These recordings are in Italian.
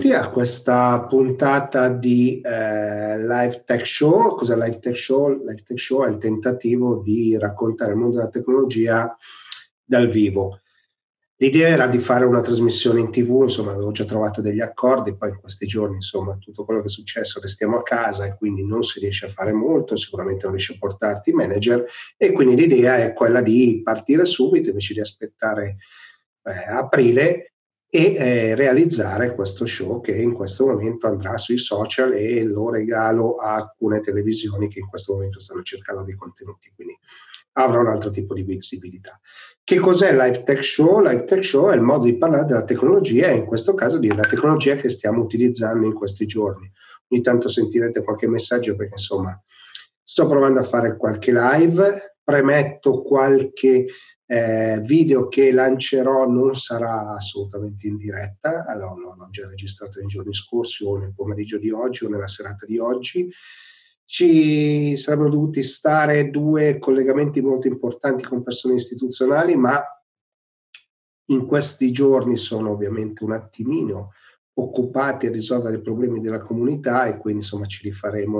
benvenuti a questa puntata di Live Tech Show. Cos'è Live Tech Show? Live Tech Show è il tentativo di raccontare il mondo della tecnologia dal vivo. L'idea era di fare una trasmissione in TV, insomma avevo già trovato degli accordi, poi in questi giorni insomma tutto quello che è successo restiamo a casa e quindi non si riesce a fare molto, sicuramente non riesce a portarti manager e quindi l'idea è quella di partire subito invece di aspettare aprile e realizzare questo show che in questo momento andrà sui social e lo regalo a alcune televisioni che in questo momento stanno cercando dei contenuti, quindi avrà un altro tipo di visibilità. Che cos'è Live Tech Show? Live Tech Show è il modo di parlare della tecnologia e in questo caso della tecnologia che stiamo utilizzando in questi giorni. Ogni tanto sentirete qualche messaggio perché insomma sto provando a fare qualche live, premetto qualche video che lancerò non sarà assolutamente in diretta, allora, l'ho già registrato nei giorni scorsi o nel pomeriggio di oggi o nella serata di oggi. Ci sarebbero dovuti stare 2 collegamenti molto importanti con persone istituzionali, ma in questi giorni sono ovviamente un attimino occupati a risolvere i problemi della comunità e quindi insomma ci rifaremo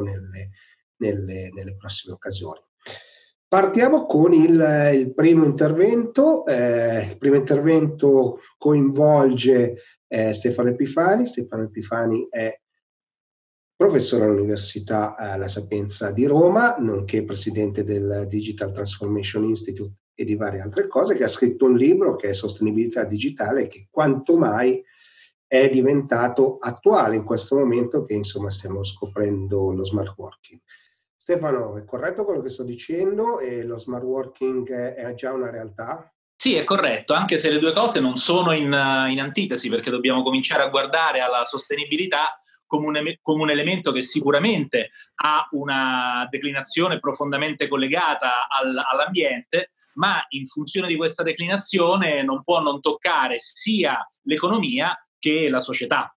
nelle prossime occasioni. Partiamo con il primo intervento. Il primo intervento coinvolge Stefano Epifani. Stefano Epifani è professore all'Università La Sapienza di Roma, nonché presidente del Digital Transformation Institute e di varie altre cose, che ha scritto un libro che è Sostenibilità Digitale, che quanto mai è diventato attuale in questo momento che insomma stiamo scoprendo lo smart working. Stefano, è corretto quello che sto dicendo e lo smart working è già una realtà? Sì, è corretto, anche se le due cose non sono in antitesi, perché dobbiamo cominciare a guardare alla sostenibilità come un elemento che sicuramente ha una declinazione profondamente collegata all'ambiente, ma in funzione di questa declinazione non può non toccare sia l'economia che la società.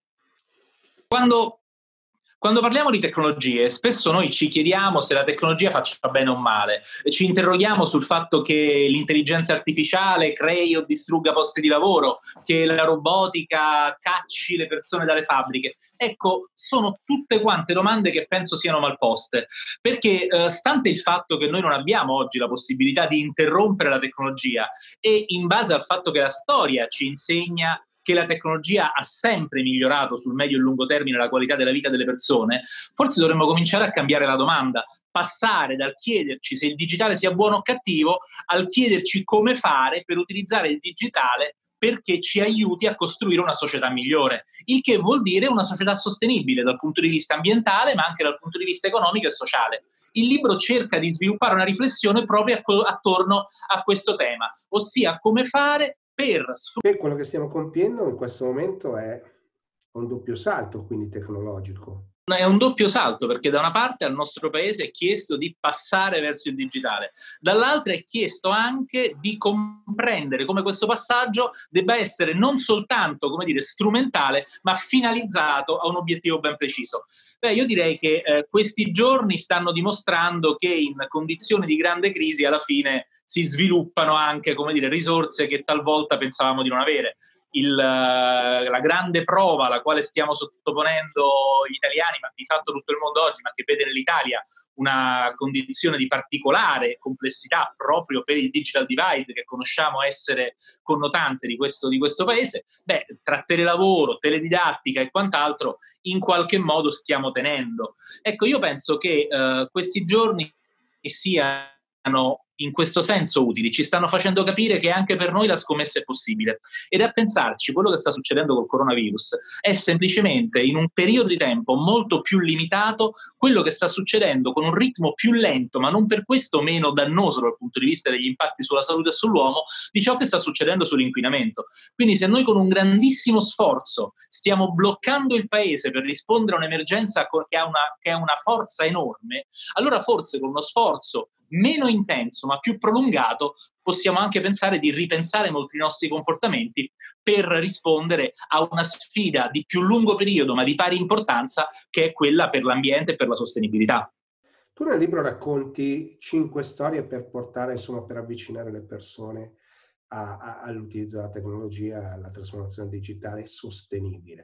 Quando parliamo di tecnologie, spesso noi ci chiediamo se la tecnologia faccia bene o male, ci interroghiamo sul fatto che l'intelligenza artificiale crei o distrugga posti di lavoro, che la robotica cacci le persone dalle fabbriche. Ecco, sono tutte quante domande che penso siano malposte, perché stante il fatto che noi non abbiamo oggi la possibilità di interrompere la tecnologia e in base al fatto che la storia ci insegna che la tecnologia ha sempre migliorato sul medio e lungo termine la qualità della vita delle persone, forse dovremmo cominciare a cambiare la domanda, passare dal chiederci se il digitale sia buono o cattivo al chiederci come fare per utilizzare il digitale perché ci aiuti a costruire una società migliore, il che vuol dire una società sostenibile dal punto di vista ambientale ma anche dal punto di vista economico e sociale. Il libro cerca di sviluppare una riflessione proprio attorno a questo tema, ossia come fare per sfruttare. Quello che stiamo compiendo in questo momento è un doppio salto, quindi tecnologico. È un doppio salto, perché da una parte al nostro paese è chiesto di passare verso il digitale, dall'altra è chiesto anche di comprendere come questo passaggio debba essere non soltanto, come dire, strumentale, ma finalizzato a un obiettivo ben preciso. Io direi che questi giorni stanno dimostrando che in condizioni di grande crisi alla fine si sviluppano anche, come dire, risorse che talvolta pensavamo di non avere. La grande prova alla quale stiamo sottoponendo gli italiani, ma di fatto tutto il mondo oggi, ma che vede nell'Italia una condizione di particolare complessità proprio per il digital divide che conosciamo essere connotante di questo paese, tra telelavoro, teledidattica e quant'altro in qualche modo stiamo tenendo. Ecco, io penso che questi giorni siano in questo senso utili, ci stanno facendo capire che anche per noi la scommessa è possibile. Ed a pensarci, quello che sta succedendo col coronavirus è semplicemente in un periodo di tempo molto più limitato quello che sta succedendo con un ritmo più lento, ma non per questo meno dannoso dal punto di vista degli impatti sulla salute e sull'uomo, di ciò che sta succedendo sull'inquinamento. Quindi se noi con un grandissimo sforzo stiamo bloccando il paese per rispondere a un'emergenza che ha una forza enorme, allora forse con uno sforzo meno intenso ma più prolungato possiamo anche pensare di ripensare molti nostri comportamenti per rispondere a una sfida di più lungo periodo ma di pari importanza, che è quella per l'ambiente e per la sostenibilità. Tu nel libro racconti 5 storie per portare, insomma, per avvicinare le persone all'utilizzo della tecnologia, alla trasformazione digitale sostenibile.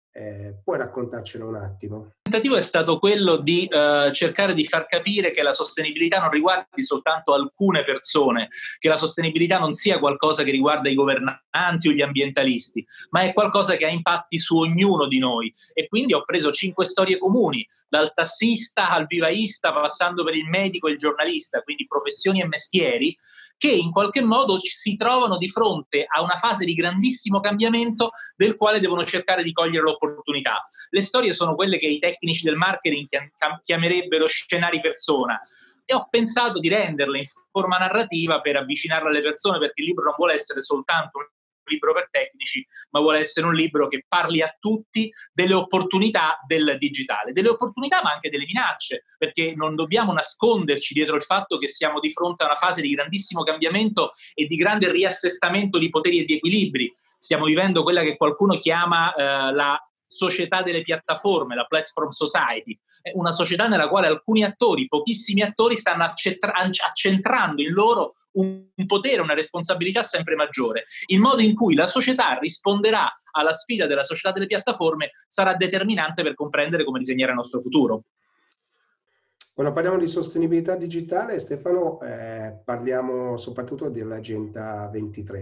Puoi raccontarcelo un attimo? Il tentativo è stato quello di cercare di far capire che la sostenibilità non riguardi soltanto alcune persone, che la sostenibilità non sia qualcosa che riguarda i governanti o gli ambientalisti, ma è qualcosa che ha impatti su ognuno di noi. E quindi ho preso 5 storie comuni, dal tassista al vivaista, passando per il medico e il giornalista, quindi professioni e mestieri, che in qualche modo si trovano di fronte a una fase di grandissimo cambiamento del quale devono cercare di cogliere l'opportunità. Le storie sono quelle che i tecnici del marketing chiamerebbero scenari persona, e ho pensato di renderle in forma narrativa per avvicinarle alle persone, perché il libro non vuole essere soltanto un libro per tecnici, ma vuole essere un libro che parli a tutti delle opportunità del digitale, delle opportunità ma anche delle minacce, perché non dobbiamo nasconderci dietro il fatto che siamo di fronte a una fase di grandissimo cambiamento e di grande riassestamento di poteri e di equilibri. Stiamo vivendo quella che qualcuno chiama la società delle piattaforme, la platform society, è una società nella quale alcuni attori, pochissimi attori, stanno accentrando in loro un potere, una responsabilità sempre maggiore. Il modo in cui la società risponderà alla sfida della società delle piattaforme sarà determinante per comprendere come disegnare il nostro futuro. Quando parliamo di sostenibilità digitale, Stefano, parliamo soprattutto dell'Agenda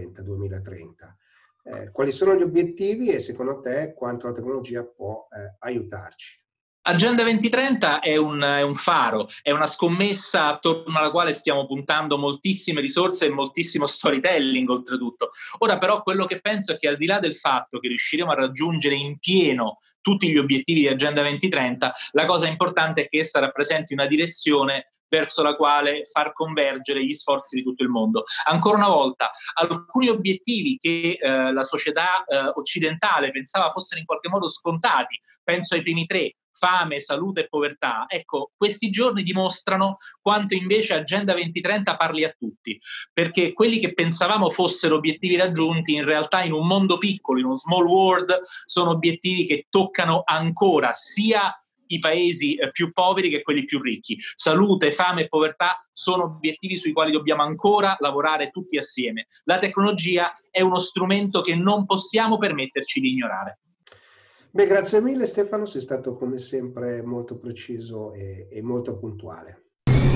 2030. Quali sono gli obiettivi e secondo te quanto la tecnologia può aiutarci? Agenda 2030 è un faro, è una scommessa attorno alla quale stiamo puntando moltissime risorse e moltissimo storytelling oltretutto. Ora però quello che penso è che al di là del fatto che riusciremo a raggiungere in pieno tutti gli obiettivi di Agenda 2030, la cosa importante è che essa rappresenti una direzione verso la quale far convergere gli sforzi di tutto il mondo. Ancora una volta, alcuni obiettivi che la società occidentale pensava fossero in qualche modo scontati, penso ai primi 3, fame, salute e povertà, ecco, questi giorni dimostrano quanto invece Agenda 2030 parli a tutti, perché quelli che pensavamo fossero obiettivi raggiunti, in realtà in un mondo piccolo, in un small world, sono obiettivi che toccano ancora sia i paesi più poveri che quelli più ricchi. Salute, fame e povertà sono obiettivi sui quali dobbiamo ancora lavorare tutti assieme. La tecnologia è uno strumento che non possiamo permetterci di ignorare. Beh, grazie mille Stefano, sei stato come sempre molto preciso e molto puntuale.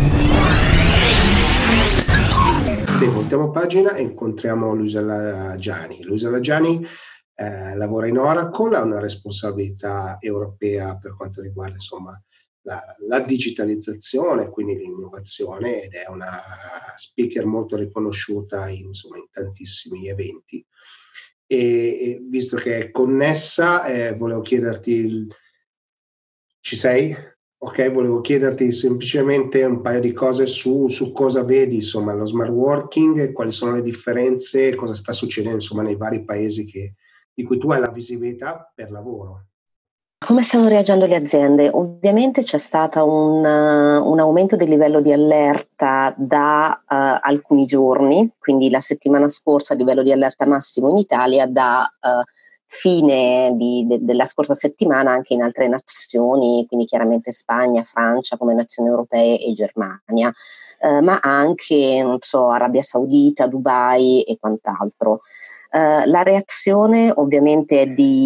Beh, voltiamo pagina e incontriamo Luisa Laggiani. Luisa Laggiani lavora in Oracle, ha una responsabilità europea per quanto riguarda insomma la digitalizzazione, quindi l'innovazione, ed è una speaker molto riconosciuta in tantissimi eventi. E visto che è connessa, volevo chiederti, ci sei? Ok, volevo chiederti semplicemente un paio di cose su cosa vedi, insomma, lo smart working, quali sono le differenze, cosa sta succedendo, insomma, nei vari paesi di cui tu hai la visibilità per lavoro. Come stanno reagendo le aziende? Ovviamente c'è stato un aumento del livello di allerta da alcuni giorni, quindi la settimana scorsa il livello di allerta massimo in Italia, da fine della scorsa settimana anche in altre nazioni, quindi chiaramente Spagna, Francia come nazioni europee e Germania, ma anche, non so, Arabia Saudita, Dubai e quant'altro. La reazione ovviamente è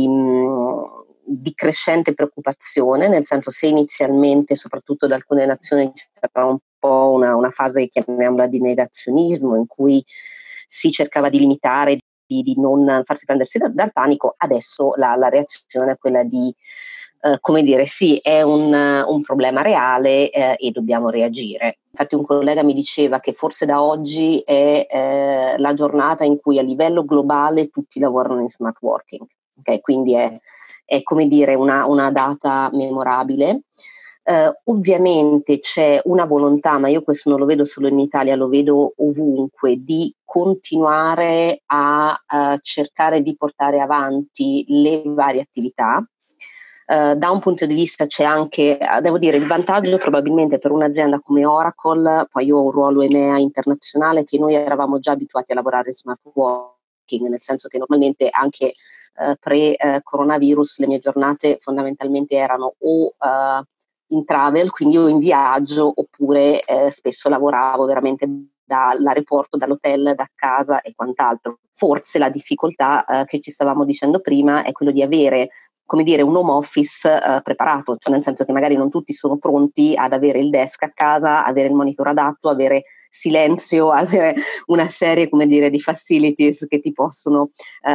di crescente preoccupazione, nel senso, se inizialmente soprattutto da alcune nazioni c'era un po' una fase, chiamiamola, di negazionismo, in cui si cercava di limitare, di non farsi prendersi dal panico, adesso la reazione è quella di come dire, sì, è un problema reale e dobbiamo reagire. Infatti un collega mi diceva che forse da oggi è la giornata in cui a livello globale tutti lavorano in smart working, okay? Quindi è come dire una data memorabile. Ovviamente c'è una volontà, ma io questo non lo vedo solo in Italia, lo vedo ovunque, di continuare a cercare di portare avanti le varie attività. Da un punto di vista c'è anche, devo dire, il vantaggio probabilmente per un'azienda come Oracle, poi io ho un ruolo EMEA internazionale, che noi eravamo già abituati a lavorare in smart working, nel senso che normalmente anche pre-coronavirus le mie giornate fondamentalmente erano o in travel, quindi o in viaggio, oppure spesso lavoravo veramente dall'aeroporto, dall'hotel, da casa e quant'altro. Forse la difficoltà che ci stavamo dicendo prima è quello di avere come dire, un home office preparato, cioè nel senso che magari non tutti sono pronti ad avere il desk a casa, avere il monitor adatto, avere silenzio, avere una serie, come dire, di facilities che ti possono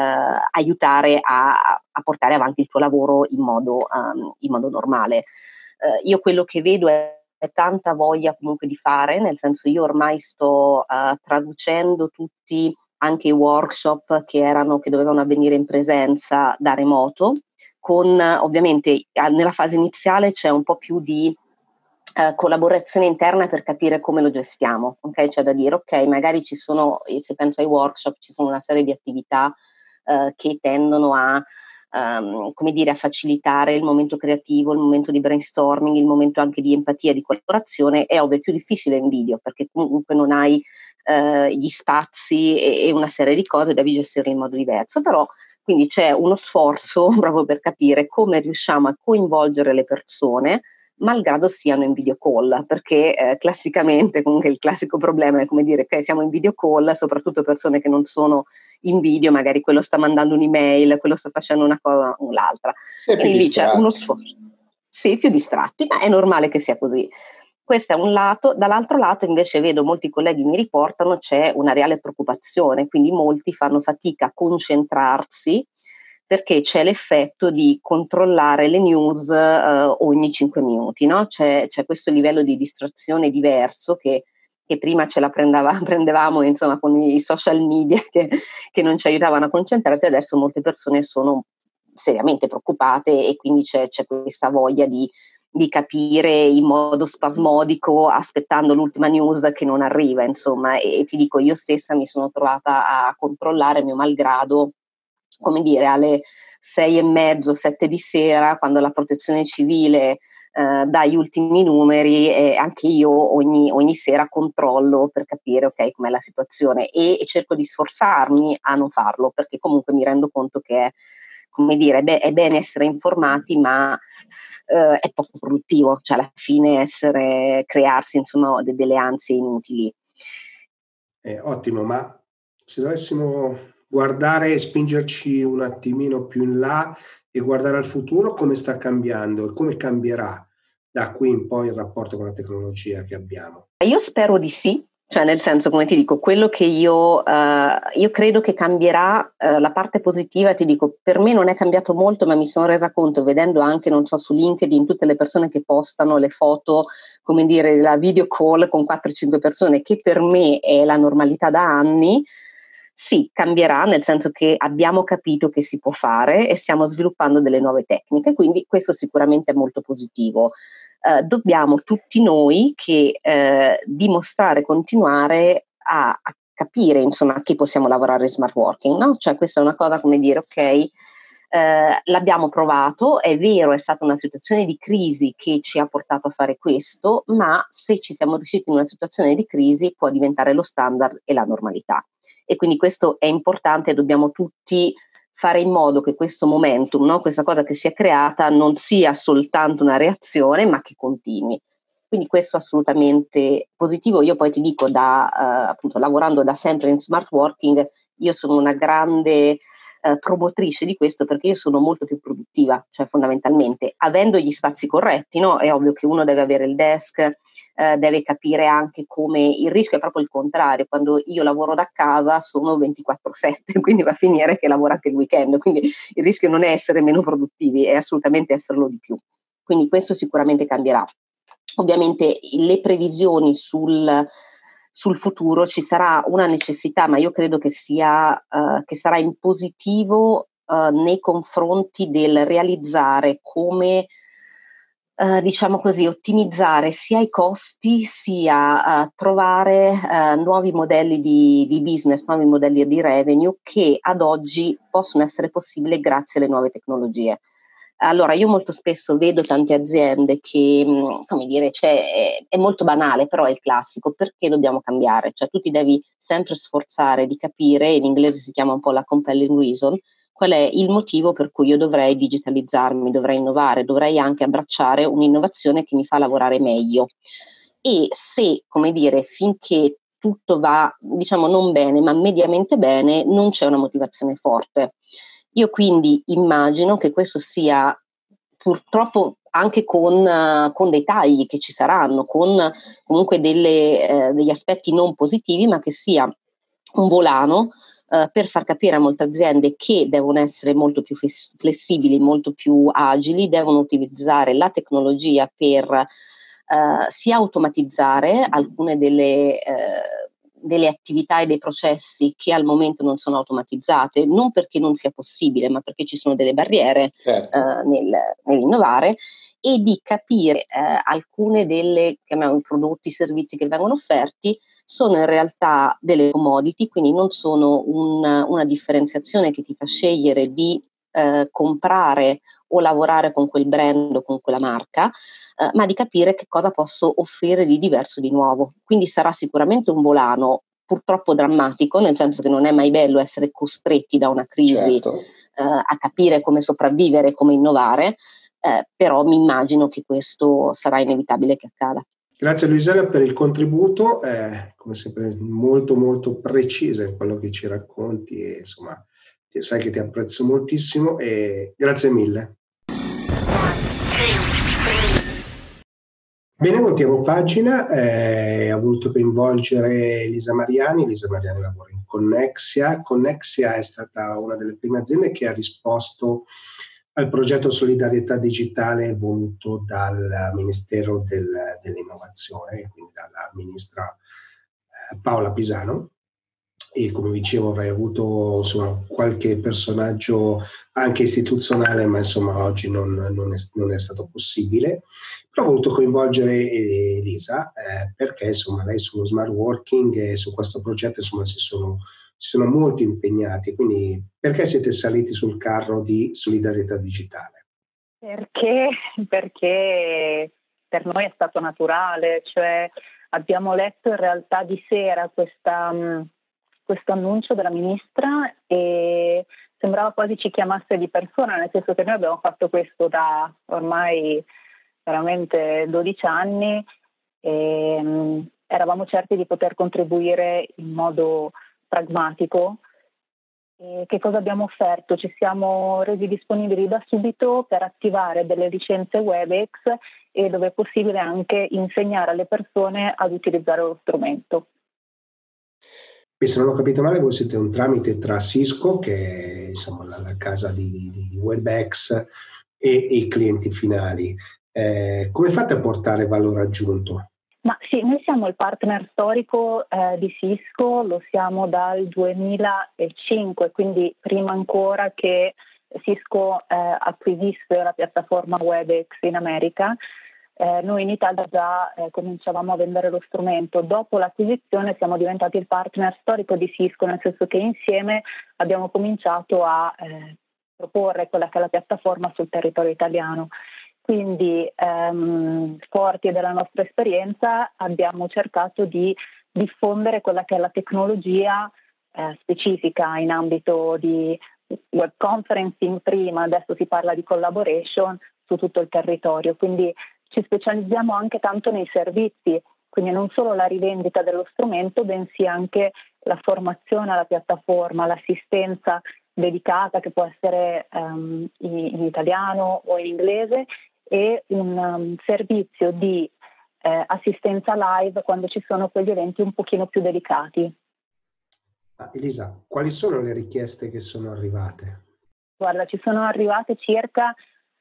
aiutare a portare avanti il tuo lavoro in modo normale. Io quello che vedo è tanta voglia comunque di fare, nel senso io ormai sto traducendo tutti anche i workshop che dovevano avvenire in presenza da remoto, con ovviamente nella fase iniziale c'è un po' più di collaborazione interna per capire come lo gestiamo, ok? C'è da dire, ok, magari ci sono, se penso ai workshop, ci sono una serie di attività che tendono a come dire, a facilitare il momento creativo, il momento di brainstorming, il momento anche di empatia, di collaborazione. È ovvio, è più difficile in video perché comunque non hai gli spazi e una serie di cose, devi gestirle in modo diverso, però quindi c'è uno sforzo proprio per capire come riusciamo a coinvolgere le persone malgrado siano in video call, perché classicamente comunque il classico problema è come dire che siamo in video call, soprattutto persone che non sono in video, magari quello sta mandando un'email, quello sta facendo una cosa o l'altra. E lì c'è uno sforzo. Sì, più distratti, ma è normale che sia così. Questo è un lato. Dall'altro lato invece vedo molti colleghi mi riportano c'è una reale preoccupazione, quindi molti fanno fatica a concentrarsi perché c'è l'effetto di controllare le news ogni 5 minuti, no? C'è questo livello di distrazione diverso che prima ce la prendevamo insomma con i social media che non ci aiutavano a concentrarsi, adesso molte persone sono seriamente preoccupate e quindi c'è questa voglia di capire in modo spasmodico aspettando l'ultima news che non arriva, insomma, e ti dico, io stessa mi sono trovata a controllare mio malgrado, come dire, alle 6:30, 7 di sera, quando la protezione civile dà gli ultimi numeri, e anche io ogni sera controllo per capire ok com'è la situazione e cerco di sforzarmi a non farlo, perché comunque mi rendo conto che è, come dire, è bene essere informati, ma è poco produttivo, cioè alla fine crearsi insomma delle ansie inutili. Ottimo, ma se dovessimo guardare e spingerci un attimino più in là e guardare al futuro, come sta cambiando e come cambierà da qui in poi il rapporto con la tecnologia che abbiamo? Io spero di sì. Cioè nel senso, come ti dico, quello che io credo che cambierà, la parte positiva, ti dico, per me non è cambiato molto, ma mi sono resa conto vedendo anche, non so, su LinkedIn tutte le persone che postano le foto, come dire, la video call con 4-5 persone, che per me è la normalità da anni. Sì, cambierà, nel senso che abbiamo capito che si può fare e stiamo sviluppando delle nuove tecniche, quindi questo sicuramente è molto positivo. Dobbiamo tutti noi che dimostrare, continuare a capire insomma che possiamo lavorare in smart working, no? Cioè questa è una cosa come dire ok, l'abbiamo provato, è vero, è stata una situazione di crisi che ci ha portato a fare questo, ma se ci siamo riusciti in una situazione di crisi può diventare lo standard e la normalità, e quindi questo è importante, dobbiamo tutti fare in modo che questo momentum, no, questa cosa che si è creata non sia soltanto una reazione, ma che continui. Quindi questo è assolutamente positivo. Io poi ti dico, appunto, lavorando da sempre in smart working, io sono una grande promotrice di questo, perché io sono molto più produttiva, cioè fondamentalmente avendo gli spazi corretti, no? È ovvio che uno deve avere il desk, deve capire anche come, il rischio è proprio il contrario, quando io lavoro da casa sono 24/7, quindi va a finire che lavoro anche il weekend, quindi il rischio non è essere meno produttivi, è assolutamente esserlo di più, quindi questo sicuramente cambierà. Ovviamente le previsioni sul futuro, ci sarà una necessità, ma io credo che sarà in positivo nei confronti del realizzare come diciamo così, ottimizzare sia i costi sia trovare nuovi modelli di business, nuovi modelli di revenue che ad oggi possono essere possibili grazie alle nuove tecnologie. Allora, io molto spesso vedo tante aziende che, come dire, è molto banale, però è il classico, perché dobbiamo cambiare? Cioè tu ti devi sempre sforzare di capire, in inglese si chiama un po' la compelling reason, qual è il motivo per cui io dovrei digitalizzarmi, dovrei innovare, dovrei anche abbracciare un'innovazione che mi fa lavorare meglio. E se, come dire, finché tutto va, diciamo, non bene, ma mediamente bene, non c'è una motivazione forte. Io quindi immagino che questo sia purtroppo anche con dei tagli che ci saranno, con comunque degli aspetti non positivi, ma che sia un volano per far capire a molte aziende che devono essere molto più flessibili, molto più agili, devono utilizzare la tecnologia per sia automatizzare alcune delle attività e dei processi che al momento non sono automatizzate, non perché non sia possibile, ma perché ci sono delle barriere nell'innovare, e di capire alcune delle, chiamiamo, prodotti, servizi che vengono offerti sono in realtà delle commodity, quindi non sono una differenziazione che ti fa scegliere di comprare o lavorare con quel brand o con quella marca, ma di capire che cosa posso offrire di diverso di nuovo. Quindi sarà sicuramente un volano purtroppo drammatico, nel senso che non è mai bello essere costretti da una crisi a capire come sopravvivere, come innovare, però mi immagino che questo sarà inevitabile che accada. Grazie Luisella per il contributo, come sempre molto molto precisa in quello che ci racconti, e insomma sai che ti apprezzo moltissimo e grazie mille. Bene, voltiamo pagina. Ho voluto coinvolgere Elisa Mariani. Elisa Mariani lavora in Connexia. Connexia è stata una delle prime aziende che ha risposto al progetto Solidarietà Digitale voluto dal Ministero dell'Innovazione, quindi dalla ministra Paola Pisano. E come dicevo avrei avuto insomma qualche personaggio anche istituzionale, ma insomma oggi non è stato possibile. Però ho voluto coinvolgere Elisa perché insomma lei sullo smart working e su questo progetto insomma si sono molto impegnati. Quindi perché siete saliti sul carro di solidarietà digitale? Perché per noi è stato naturale, cioè abbiamo letto in realtà di sera questo annuncio della ministra e sembrava quasi ci chiamasse di persona, nel senso che noi abbiamo fatto questo da ormai veramente 12 anni e eravamo certi di poter contribuire in modo pragmatico. E che cosa abbiamo offerto? Ci siamo resi disponibili da subito per attivare delle licenze WebEx e dove è possibile anche insegnare alle persone ad utilizzare lo strumento. E se non ho capito male, voi siete un tramite tra Cisco, che è insomma la casa di WebEx, e i clienti finali. Come fate a portare valore aggiunto? Ma sì, noi siamo il partner storico di Cisco, lo siamo dal 2005, quindi prima ancora che Cisco acquisisse la piattaforma WebEx in America. Noi in Italia già cominciavamo a vendere lo strumento. Dopo l'acquisizione siamo diventati il partner storico di Cisco, nel senso che insieme abbiamo cominciato a proporre quella che è la piattaforma sul territorio italiano. Quindi, forti della nostra esperienza, abbiamo cercato di diffondere quella che è la tecnologia specifica in ambito di web conferencing prima, adesso si parla di collaboration su tutto il territorio. Quindi ci specializziamo anche tanto nei servizi, quindi non solo la rivendita dello strumento, bensì anche la formazione alla piattaforma, l'assistenza dedicata che può essere in italiano o in inglese, e un servizio di assistenza live quando ci sono quegli eventi un pochino più delicati. Elisa, quali sono le richieste che sono arrivate? Guarda, ci sono arrivate circa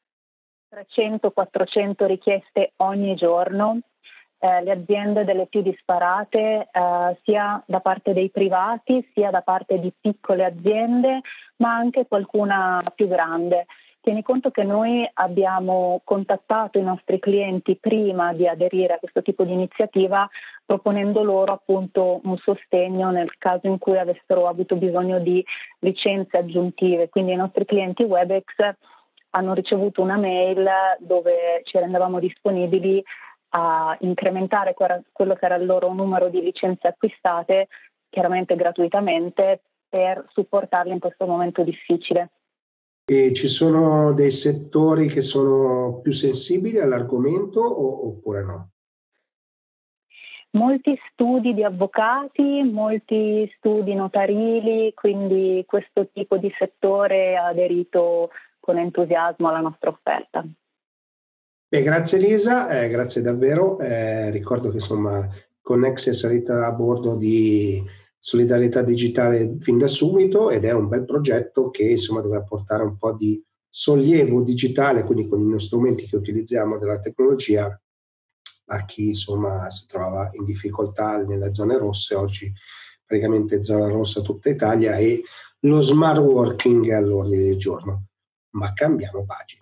300-400 richieste ogni giorno, le aziende delle più disparate, sia da parte dei privati, sia da parte di piccole aziende, ma anche qualcuna più grande. Tieni conto che noi abbiamo contattato i nostri clienti prima di aderire a questo tipo di iniziativa, proponendo loro appunto un sostegno nel caso in cui avessero avuto bisogno di licenze aggiuntive. Quindi i nostri clienti WebEx hanno ricevuto una mail dove ci rendevamo disponibili a incrementare quello che era il loro numero di licenze acquistate, chiaramente gratuitamente, per supportarli in questo momento difficile. E ci sono dei settori che sono più sensibili all'argomento oppure no? molti studi di avvocati, molti studi notarili, quindi questo tipo di settore ha aderito con entusiasmo alla nostra offerta. Grazie Elisa, grazie davvero. Ricordo che insomma Connex è salita a bordo di Solidarietà Digitale fin da subito ed è un bel progetto che insomma deve portare un po' di sollievo digitale, quindi con gli strumenti che utilizziamo della tecnologia, a chi insomma si trova in difficoltà nelle zone rosse. Oggi praticamente zona rossa tutta Italia e lo smart working è all'ordine del giorno. Ma cambiamo pagina.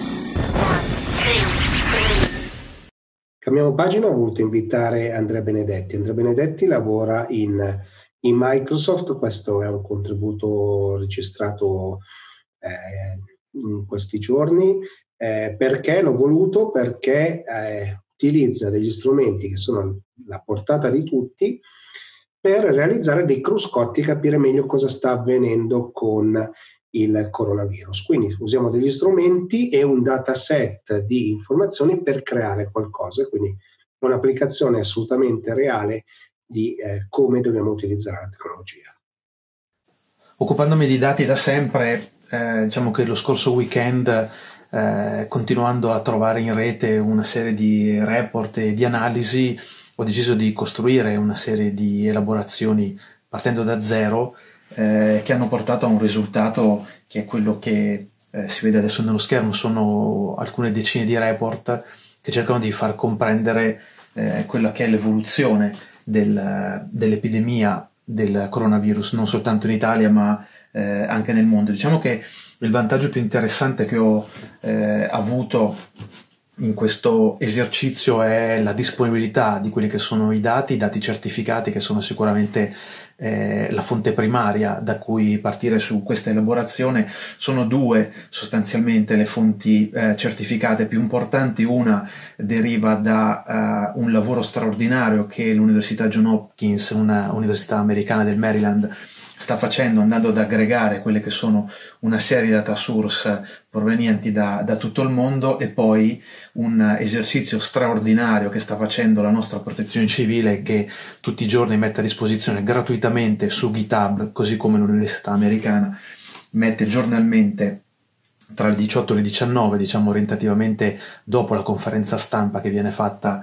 Cambiamo pagina, ho voluto invitare Andrea Benedetti. Andrea Benedetti lavora in Microsoft, questo è un contributo registrato in questi giorni. Perché l'ho voluto? Perché utilizza degli strumenti che sono alla portata di tutti per realizzare dei cruscotti e capire meglio cosa sta avvenendo con il coronavirus. Quindi usiamo degli strumenti e un dataset di informazioni per creare qualcosa, quindi un'applicazione assolutamente reale di come dobbiamo utilizzare la tecnologia. Occupandomi di dati da sempre, diciamo che lo scorso weekend, continuando a trovare in rete una serie di report e di analisi, ho deciso di costruire una serie di elaborazioni partendo da zero, che hanno portato a un risultato che è quello che si vede adesso nello schermo. Sono alcune decine di report che cercano di far comprendere quella che è l'evoluzione dell'epidemia del coronavirus, non soltanto in Italia ma anche nel mondo. Diciamo che il vantaggio più interessante che ho avuto in questo esercizio è la disponibilità di quelli che sono i dati certificati, che sono sicuramente la fonte primaria da cui partire su questa elaborazione. Sono due sostanzialmente le fonti certificate più importanti. Una deriva da un lavoro straordinario che l'Università John Hopkins, una università americana del Maryland, sta facendo, andando ad aggregare quelle che sono una serie di data source provenienti da tutto il mondo, e poi un esercizio straordinario che sta facendo la nostra protezione civile, che tutti i giorni mette a disposizione gratuitamente su GitHub, così come l'università americana mette giornalmente tra il 18 e il 19, diciamo orientativamente dopo la conferenza stampa che viene fatta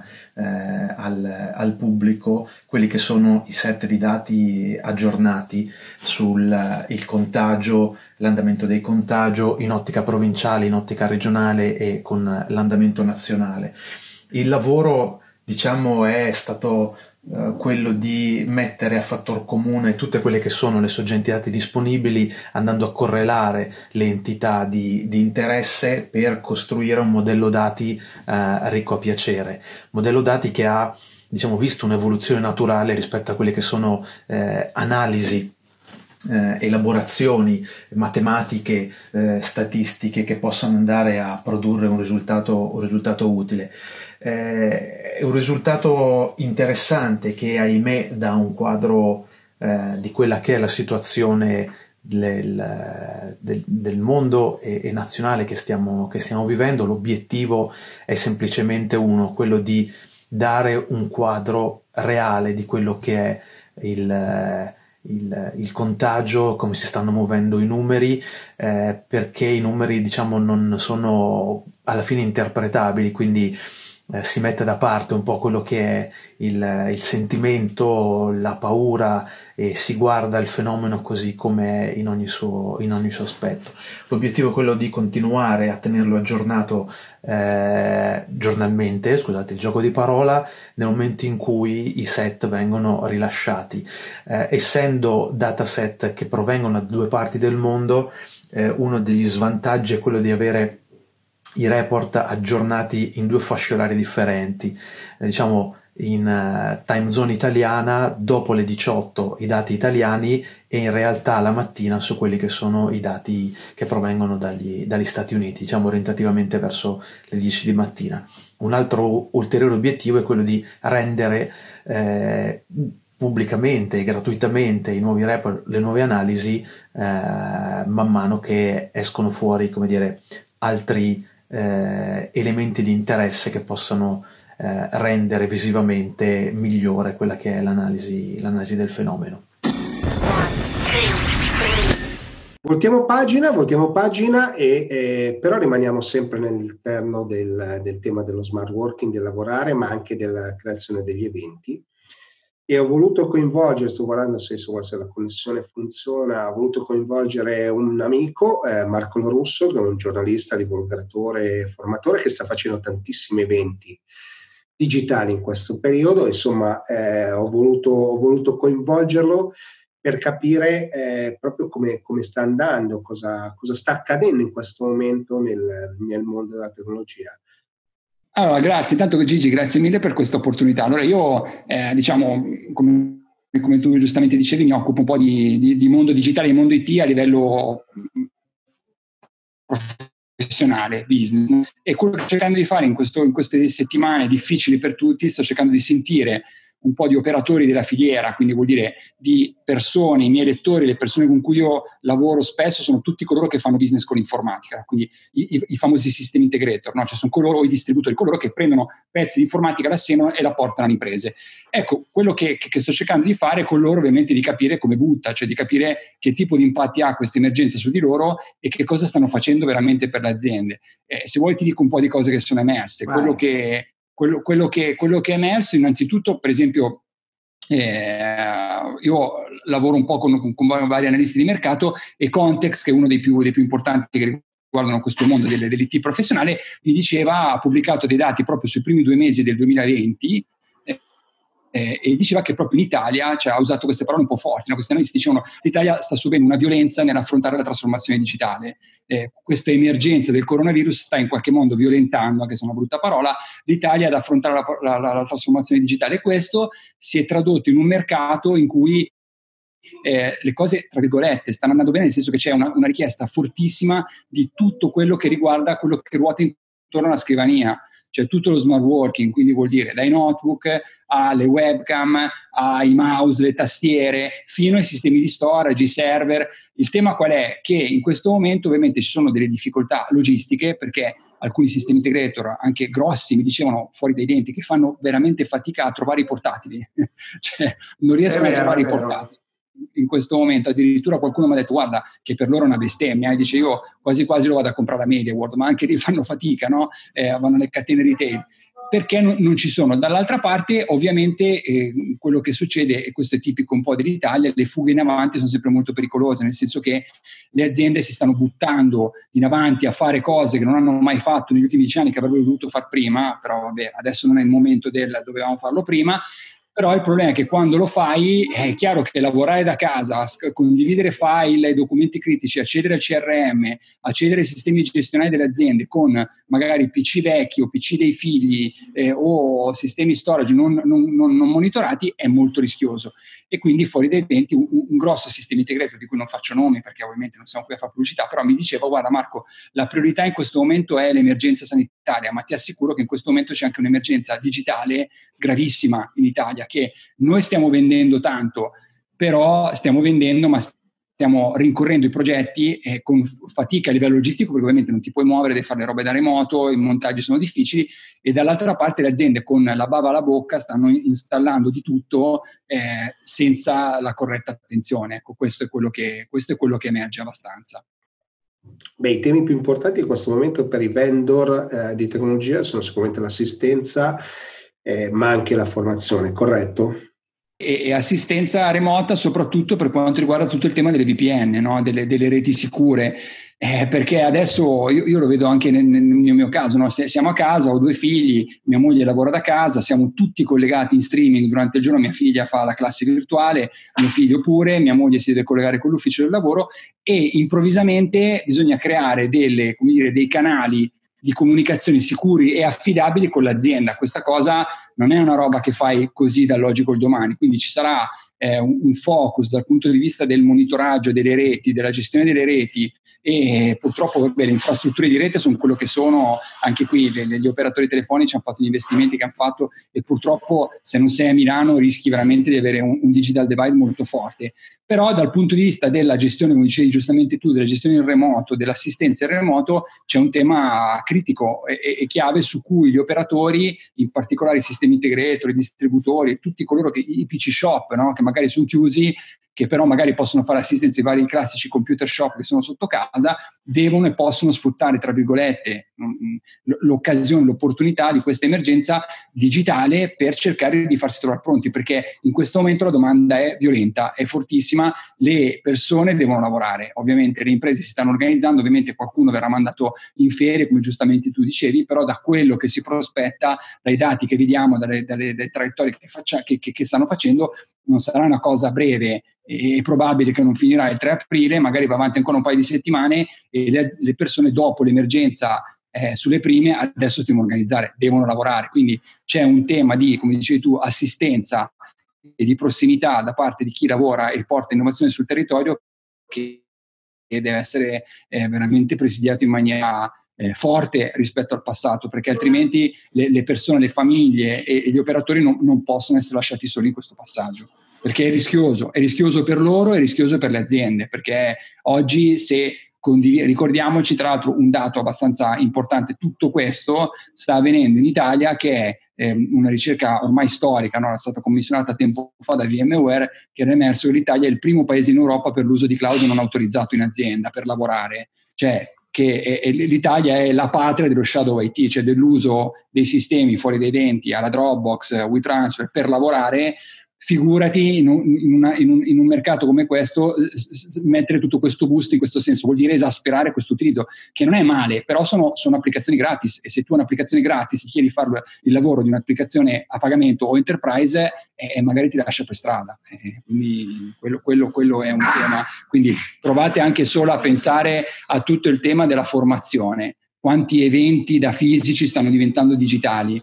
al pubblico, quelli che sono i set di dati aggiornati sul il contagio, l'andamento dei contagio in ottica provinciale, in ottica regionale e con l'andamento nazionale. Il lavoro, diciamo, è stato quello di mettere a fattor comune tutte quelle che sono le sorgenti dati disponibili, andando a correlare le entità di interesse per costruire un modello dati ricco a piacere, modello dati che ha, diciamo, visto un'evoluzione naturale rispetto a quelle che sono analisi, elaborazioni matematiche, statistiche che possano andare a produrre un risultato utile. È un risultato interessante che, ahimè, dà un quadro di quella che è la situazione del mondo e nazionale che stiamo vivendo. L'obiettivo è semplicemente quello di dare un quadro reale di quello che è il contagio, come si stanno muovendo i numeri, perché i numeri, diciamo, non sono alla fine interpretabili, quindi si mette da parte un po' quello che è il sentimento, la paura, e si guarda il fenomeno così com'è in ogni suo aspetto. L'obiettivo è quello di continuare a tenerlo aggiornato giornalmente, scusate il gioco di parola, nel momento in cui i set vengono rilasciati. Essendo dataset che provengono da due parti del mondo, uno degli svantaggi è quello di avere i report aggiornati in due fasce orarie differenti, diciamo in time zone italiana dopo le 18 i dati italiani, e in realtà la mattina su quelli che sono i dati che provengono dagli Stati Uniti, diciamo orientativamente verso le 10 di mattina. Un altro ulteriore obiettivo è quello di rendere pubblicamente e gratuitamente i nuovi report, le nuove analisi, man mano che escono fuori, come dire, altri elementi di interesse che possano rendere visivamente migliore quella che è l'analisi del fenomeno. Voltiamo pagina e però rimaniamo sempre all'interno del tema dello smart working, del lavorare, ma anche della creazione degli eventi. E ho voluto coinvolgere, sto guardando se la connessione funziona, ho voluto coinvolgere un amico, Marco Lorusso, che è un giornalista, divulgatore e formatore che sta facendo tantissimi eventi digitali in questo periodo. Insomma, ho voluto coinvolgerlo per capire proprio come sta andando, cosa sta accadendo in questo momento nel mondo della tecnologia. Allora, grazie. Intanto Gigi, grazie mille per questa opportunità. Allora io, diciamo, come tu giustamente dicevi, mi occupo un po' di mondo digitale, di mondo IT a livello professionale, business. E quello che sto cercando di fare in queste settimane difficili per tutti, sto cercando di sentire un po' di operatori della filiera, quindi vuol dire di persone, i miei lettori, le persone con cui io lavoro spesso sono tutti coloro che fanno business con l'informatica, quindi i famosi system integrator, no? Cioè sono coloro, i distributori, coloro che prendono pezzi di informatica, la seminano e la portano alle imprese. Ecco, quello che sto cercando di fare con loro ovviamente di capire come butta, cioè di capire che tipo di impatti ha questa emergenza su di loro e che cosa stanno facendo veramente per le aziende. Se vuoi ti dico un po' di cose che sono emerse. Quello che è emerso, innanzitutto, per esempio, io lavoro un po' con vari analisti di mercato e Context, che è uno dei più importanti che riguardano questo mondo dell'IT professionale, mi diceva, ha pubblicato dei dati proprio sui primi 2 mesi del 2020 e diceva che proprio in Italia, cioè ha usato queste parole un po' forti, no? Questi analisti dicevano che l'Italia sta subendo una violenza nell'affrontare la trasformazione digitale. Questa emergenza del coronavirus sta in qualche modo violentando, anche se è una brutta parola, l'Italia ad affrontare la trasformazione digitale. Questo si è tradotto in un mercato in cui le cose, tra virgolette, stanno andando bene, nel senso che c'è una richiesta fortissima di tutto quello che riguarda quello che ruota intorno alla scrivania, cioè tutto lo smart working, quindi vuol dire dai notebook alle webcam, ai mouse, le tastiere, fino ai sistemi di storage, i server. Il tema qual è? Che in questo momento ovviamente ci sono delle difficoltà logistiche, perché alcuni sistemi integrator, anche grossi, mi dicevano fuori dai denti, che fanno veramente fatica a trovare i portatili, cioè non riescono a trovare i portatili. In questo momento addirittura qualcuno mi ha detto guarda che per loro è una bestemmia, e dice io quasi quasi lo vado a comprare a MediaWorld, ma anche lì fanno fatica, no? Vanno alle catene retail perché non ci sono. Dall'altra parte ovviamente quello che succede, e questo è tipico un po' dell'Italia, le fughe in avanti sono sempre molto pericolose, nel senso che le aziende si stanno buttando in avanti a fare cose che non hanno mai fatto negli ultimi 10 anni, che avrebbero dovuto far prima, però vabbè, adesso non è il momento dovevamo farlo prima. Però il problema è che quando lo fai è chiaro che lavorare da casa, condividere file e documenti critici, accedere al CRM, accedere ai sistemi gestionali delle aziende con magari PC vecchi o PC dei figli o sistemi storage non monitorati è molto rischioso. E quindi fuori dai denti un grosso sistema integrato, di cui non faccio nomi perché ovviamente non siamo qui a fare pubblicità, però mi diceva guarda Marco, la priorità in questo momento è l'emergenza sanitaria, ma ti assicuro che in questo momento c'è anche un'emergenza digitale gravissima in Italia, che noi stiamo vendendo tanto, però stiamo vendendo, ma stiamo rincorrendo i progetti con fatica a livello logistico, perché ovviamente non ti puoi muovere, devi fare le robe da remoto, i montaggi sono difficili, e dall'altra parte le aziende con la bava alla bocca stanno installando di tutto senza la corretta attenzione. Ecco, questo è quello che emerge abbastanza. Beh, i temi più importanti in questo momento per i vendor di tecnologia sono sicuramente l'assistenza, ma anche la formazione, corretto? E assistenza remota soprattutto per quanto riguarda tutto il tema delle VPN, no? delle reti sicure, perché adesso io lo vedo anche nel mio caso, no? Se siamo a casa, ho 2 figli, mia moglie lavora da casa, siamo tutti collegati in streaming durante il giorno, mia figlia fa la classe virtuale, mio figlio pure, mia moglie si deve collegare con l'ufficio del lavoro e improvvisamente bisogna creare dei canali di comunicazioni sicuri e affidabili con l'azienda. Questa cosa non è una roba che fai così dall'oggi col domani, quindi ci sarà un focus dal punto di vista del monitoraggio delle reti, della gestione delle reti, e purtroppo le infrastrutture di rete sono quello che sono. Anche qui gli operatori telefonici hanno fatto gli investimenti che hanno fatto, e purtroppo se non sei a Milano rischi veramente di avere un digital divide molto forte. Però dal punto di vista della gestione, come dicevi giustamente tu, della gestione in remoto, dell'assistenza in remoto, c'è un tema critico critico e chiave su cui gli operatori, in particolare i sistemi integrator, i distributori, tutti coloro che, i PC shop, no? Che magari sono chiusi, che però magari possono fare assistenza ai vari classici computer shop che sono sotto casa, devono e possono sfruttare, tra virgolette, l'occasione, l'opportunità di questa emergenza digitale per cercare di farsi trovare pronti, perché in questo momento la domanda è violenta, è fortissima, le persone devono lavorare, ovviamente le imprese si stanno organizzando, ovviamente qualcuno verrà mandato in ferie, come giustamente tu dicevi, però da quello che si prospetta, dai dati che vediamo, dalle traiettorie che stanno facendo, non sarà una cosa breve. È probabile che non finirà il 3 aprile, magari va avanti ancora un paio di settimane e le persone dopo l'emergenza sulle prime adesso si devono organizzare, devono lavorare, quindi c'è un tema di, come dicevi tu, assistenza e di prossimità da parte di chi lavora e porta innovazione sul territorio che deve essere veramente presidiato in maniera forte rispetto al passato, perché altrimenti le persone, le famiglie e gli operatori non possono essere lasciati soli in questo passaggio, perché è rischioso per loro, è rischioso per le aziende, perché oggi ricordiamoci tra l'altro un dato abbastanza importante, tutto questo sta avvenendo in Italia, che è una ricerca ormai storica, no? È stata commissionata tempo fa da VMware, che era emerso che l'Italia è il primo paese in Europa per l'uso di cloud non autorizzato in azienda per lavorare, cioè che l'Italia è la patria dello shadow IT, cioè dell'uso dei sistemi fuori dai denti alla Dropbox, WeTransfer per lavorare. Figurati in un mercato come questo mettere tutto questo boost in questo senso, vuol dire esasperare questo utilizzo, che non è male, però sono applicazioni gratis, e se tu un'applicazione gratis chiedi di fare il lavoro di un'applicazione a pagamento o enterprise, magari ti lascia per strada, quindi quello è un tema. Quindi provate anche solo a pensare a tutto il tema della formazione, quanti eventi da fisici stanno diventando digitali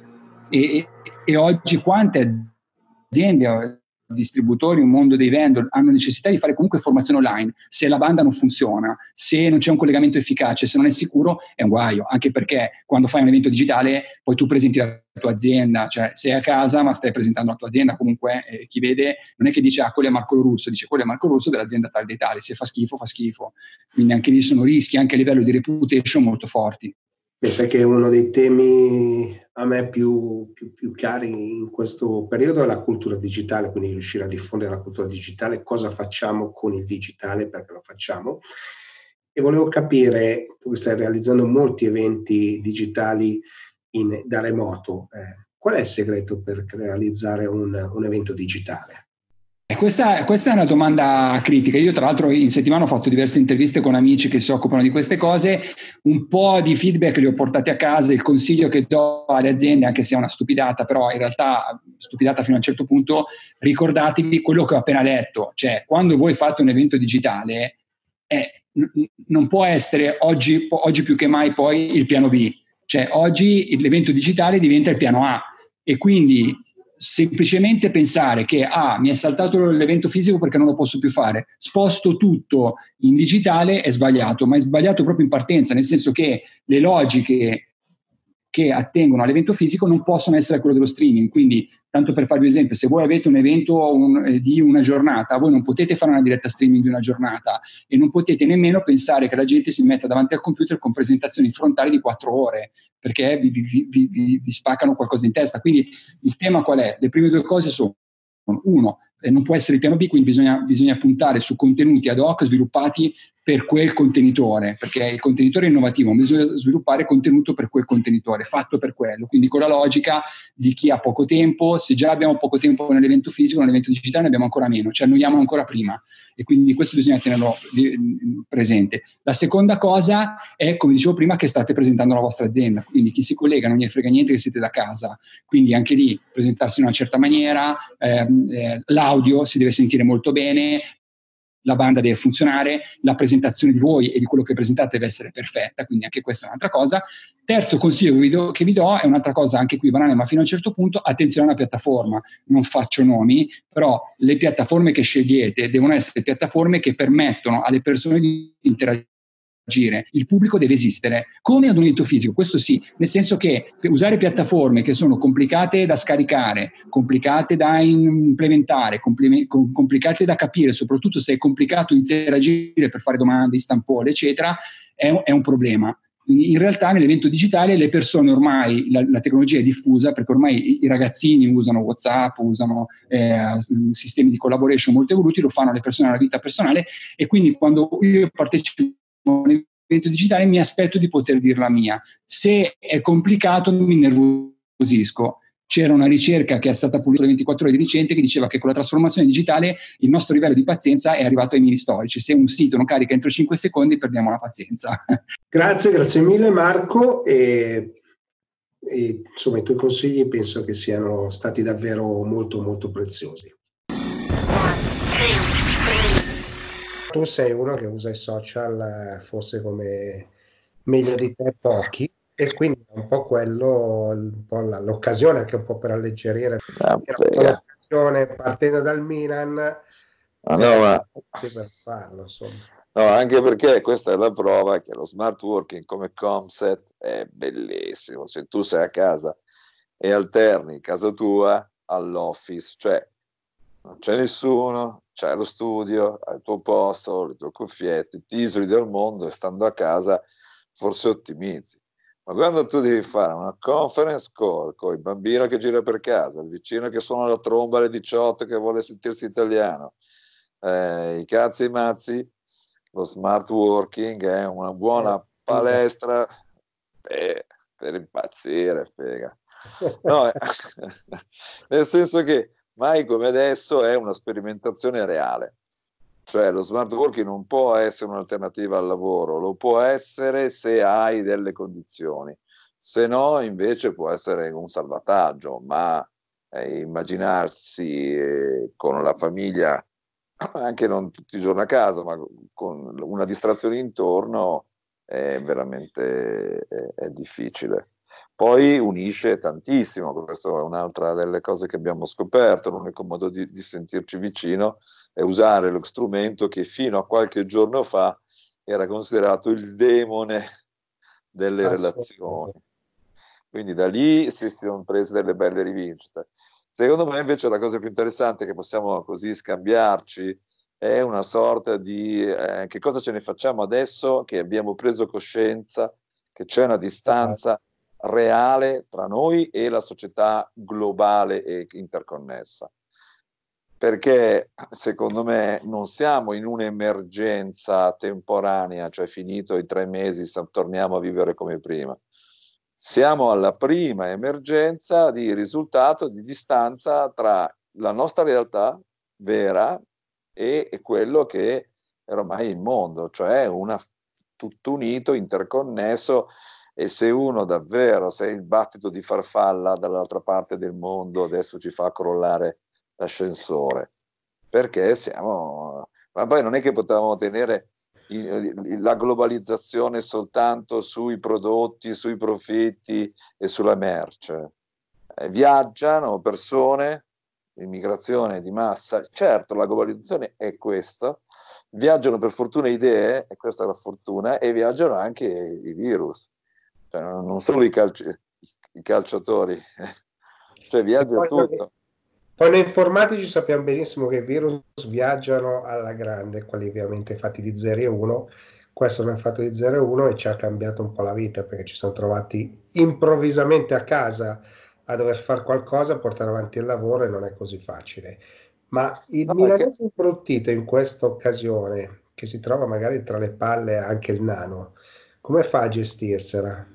e oggi quante aziende, distributori, un mondo dei vendor hanno necessità di fare comunque formazione online. Se la banda non funziona, se non c'è un collegamento efficace, se non è sicuro, è un guaio, anche perché quando fai un evento digitale poi tu presenti la tua azienda, cioè sei a casa ma stai presentando la tua azienda, comunque chi vede non è che dice quello è Marco Russo, dice quello è Marco Russo dell'azienda tal dei tali, se fa schifo fa schifo, quindi anche lì sono rischi anche a livello di reputation molto forti. Pensa che uno dei temi a me più chiari in questo periodo è la cultura digitale, quindi riuscire a diffondere la cultura digitale, cosa facciamo con il digitale, perché lo facciamo. E volevo capire, tu stai realizzando molti eventi digitali da remoto, qual è il segreto per realizzare un evento digitale? Questa è una domanda critica. Io tra l'altro in settimana ho fatto diverse interviste con amici che si occupano di queste cose, un po' di feedback li ho portati a casa. Il consiglio che do alle aziende, anche se è una stupidata, però in realtà stupidata fino a un certo punto, ricordatevi quello che ho appena detto, cioè quando voi fate un evento digitale non può essere oggi più che mai poi il piano B, cioè oggi l'evento digitale diventa il piano A e quindi semplicemente pensare che mi è saltato l'evento fisico perché non lo posso più fare, sposto tutto in digitale, è sbagliato, ma è sbagliato proprio in partenza, nel senso che le logiche che attengono all'evento fisico non possono essere quello dello streaming. Quindi, tanto per farvi un esempio, se voi avete un evento di una giornata, voi non potete fare una diretta streaming di una giornata e non potete nemmeno pensare che la gente si metta davanti al computer con presentazioni frontali di 4 ore, perché vi spaccano qualcosa in testa. Quindi il tema qual è? Le prime 2 cose sono: uno, non può essere il piano B, quindi bisogna puntare su contenuti ad hoc sviluppati per quel contenitore, perché il contenitore è innovativo, bisogna sviluppare contenuto per quel contenitore, fatto per quello, quindi con la logica di chi ha poco tempo. Se già abbiamo poco tempo nell'evento fisico, nell'evento digitale ne abbiamo ancora meno, ci annoiamo ancora prima, e quindi questo bisogna tenerlo presente. La seconda cosa è, come dicevo prima, che state presentando la vostra azienda, quindi chi si collega non gli frega niente che siete da casa, quindi anche lì presentarsi in una certa maniera, l'audio si deve sentire molto bene, la banda deve funzionare, la presentazione di voi e di quello che presentate deve essere perfetta, quindi anche questa è un'altra cosa. Terzo consiglio che vi do è un'altra cosa, anche qui banale, ma fino a un certo punto, attenzione alla piattaforma. Non faccio nomi, però le piattaforme che scegliete devono essere piattaforme che permettono alle persone di interagire. Il pubblico deve esistere come ad un evento fisico, questo sì, nel senso che usare piattaforme che sono complicate da scaricare, complicate da implementare, complicate da capire, soprattutto se è complicato interagire per fare domande, istampole eccetera, è un problema. In realtà nell'evento digitale le persone ormai, la tecnologia è diffusa, perché ormai i ragazzini usano WhatsApp, usano sistemi di collaboration molto evoluti, lo fanno le persone nella vita personale, e quindi quando io partecipo a un evento digitale mi aspetto di poter dire la mia. Se è complicato mi innervosisco. C'era una ricerca che è stata pubblicata 24 ore di recente che diceva che con la trasformazione digitale il nostro livello di pazienza è arrivato ai minimi storici. Se un sito non carica entro 5 secondi perdiamo la pazienza. Grazie mille Marco, e insomma i tuoi consigli penso che siano stati davvero molto molto preziosi. Tu sei uno che usa i social forse come meglio di te pochi, e quindi è un po' quello, un po' l'occasione anche un po' per alleggerire l'occasione, partendo dal Milan, per farlo, insomma. No, anche perché questa è la prova che lo smart working come concept è bellissimo. Se tu sei a casa e alterni casa tua all'office, cioè non c'è nessuno, c'è lo studio, hai il tuo posto, le tue cuffiette, ti isoli dal mondo e stando a casa forse ottimizzi. Ma quando tu devi fare una conference call con il bambino che gira per casa, il vicino che suona la tromba alle 18 che vuole sentirsi italiano, i cazzi e i mazzi, lo smart working è una buona palestra per impazzire, figa. No, nel senso che mai come adesso è una sperimentazione reale. Cioè lo smart working non può essere un'alternativa al lavoro, lo può essere se hai delle condizioni, se no invece può essere un salvataggio, ma immaginarsi con la famiglia, anche non tutti i giorni a casa, ma con una distrazione intorno, è veramente è difficile. Poi unisce tantissimo, questa è un'altra delle cose che abbiamo scoperto, l'unico modo di sentirci vicino è usare lo strumento che fino a qualche giorno fa era considerato il demone delle relazioni. Quindi da lì si sono prese delle belle rivincite. Secondo me invece la cosa più interessante che possiamo così scambiarci è una sorta di che cosa ce ne facciamo adesso che abbiamo preso coscienza che c'è una distanza reale tra noi e la società globale e interconnessa. Perché secondo me non siamo in un'emergenza temporanea, cioè finito i 3 mesi, torniamo a vivere come prima. Siamo alla prima emergenza di risultato di distanza tra la nostra realtà vera e quello che è ormai il mondo, cioè tutto unito, interconnesso. E se uno davvero, se il battito di farfalla dall'altra parte del mondo adesso ci fa crollare l'ascensore, perché siamo... Ma poi non è che potevamo tenere la globalizzazione soltanto sui prodotti, sui profitti e sulla merce. Viaggiano persone, immigrazione di massa, certo la globalizzazione è questo, viaggiano per fortuna idee, e questa è la fortuna, e viaggiano anche i virus. Cioè, non solo i calciatori, cioè viaggia tutto. Poi noi informatici sappiamo benissimo che i virus viaggiano alla grande, quelli ovviamente fatti di 0 e 1, questo non è fatto di 0 e 1 e ci ha cambiato un po' la vita, perché ci siamo trovati improvvisamente a casa a dover fare qualcosa, portare avanti il lavoro, e non è così facile. Ma il milanese imbruttito in questa occasione, che si trova magari tra le palle anche il nano, come fa a gestirsela?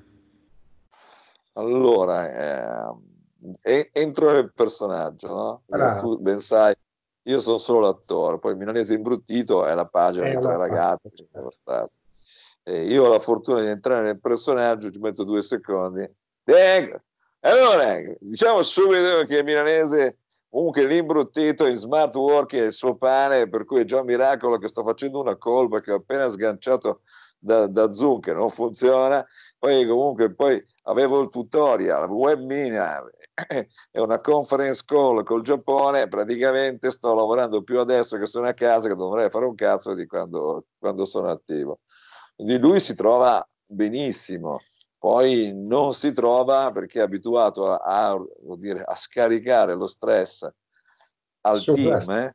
Allora, entro nel personaggio, no? Tu ben sai, io sono solo l'attore, poi il milanese imbruttito è la pagina di 3 ragazzi. Io ho la fortuna di entrare nel personaggio, ci metto 2 secondi. Allora, diciamo subito che il milanese, comunque l'imbruttito in smart working è il suo pane, per cui è già un miracolo che sto facendo una colpa che ho appena sganciato da Zoom che non funziona. Poi comunque avevo il tutorial, webinar e una conference call col Giappone. Praticamente sto lavorando più adesso che sono a casa, che dovrei fare un cazzo di quando sono attivo. Quindi lui si trova benissimo, poi non si trova perché è abituato a scaricare lo stress al team,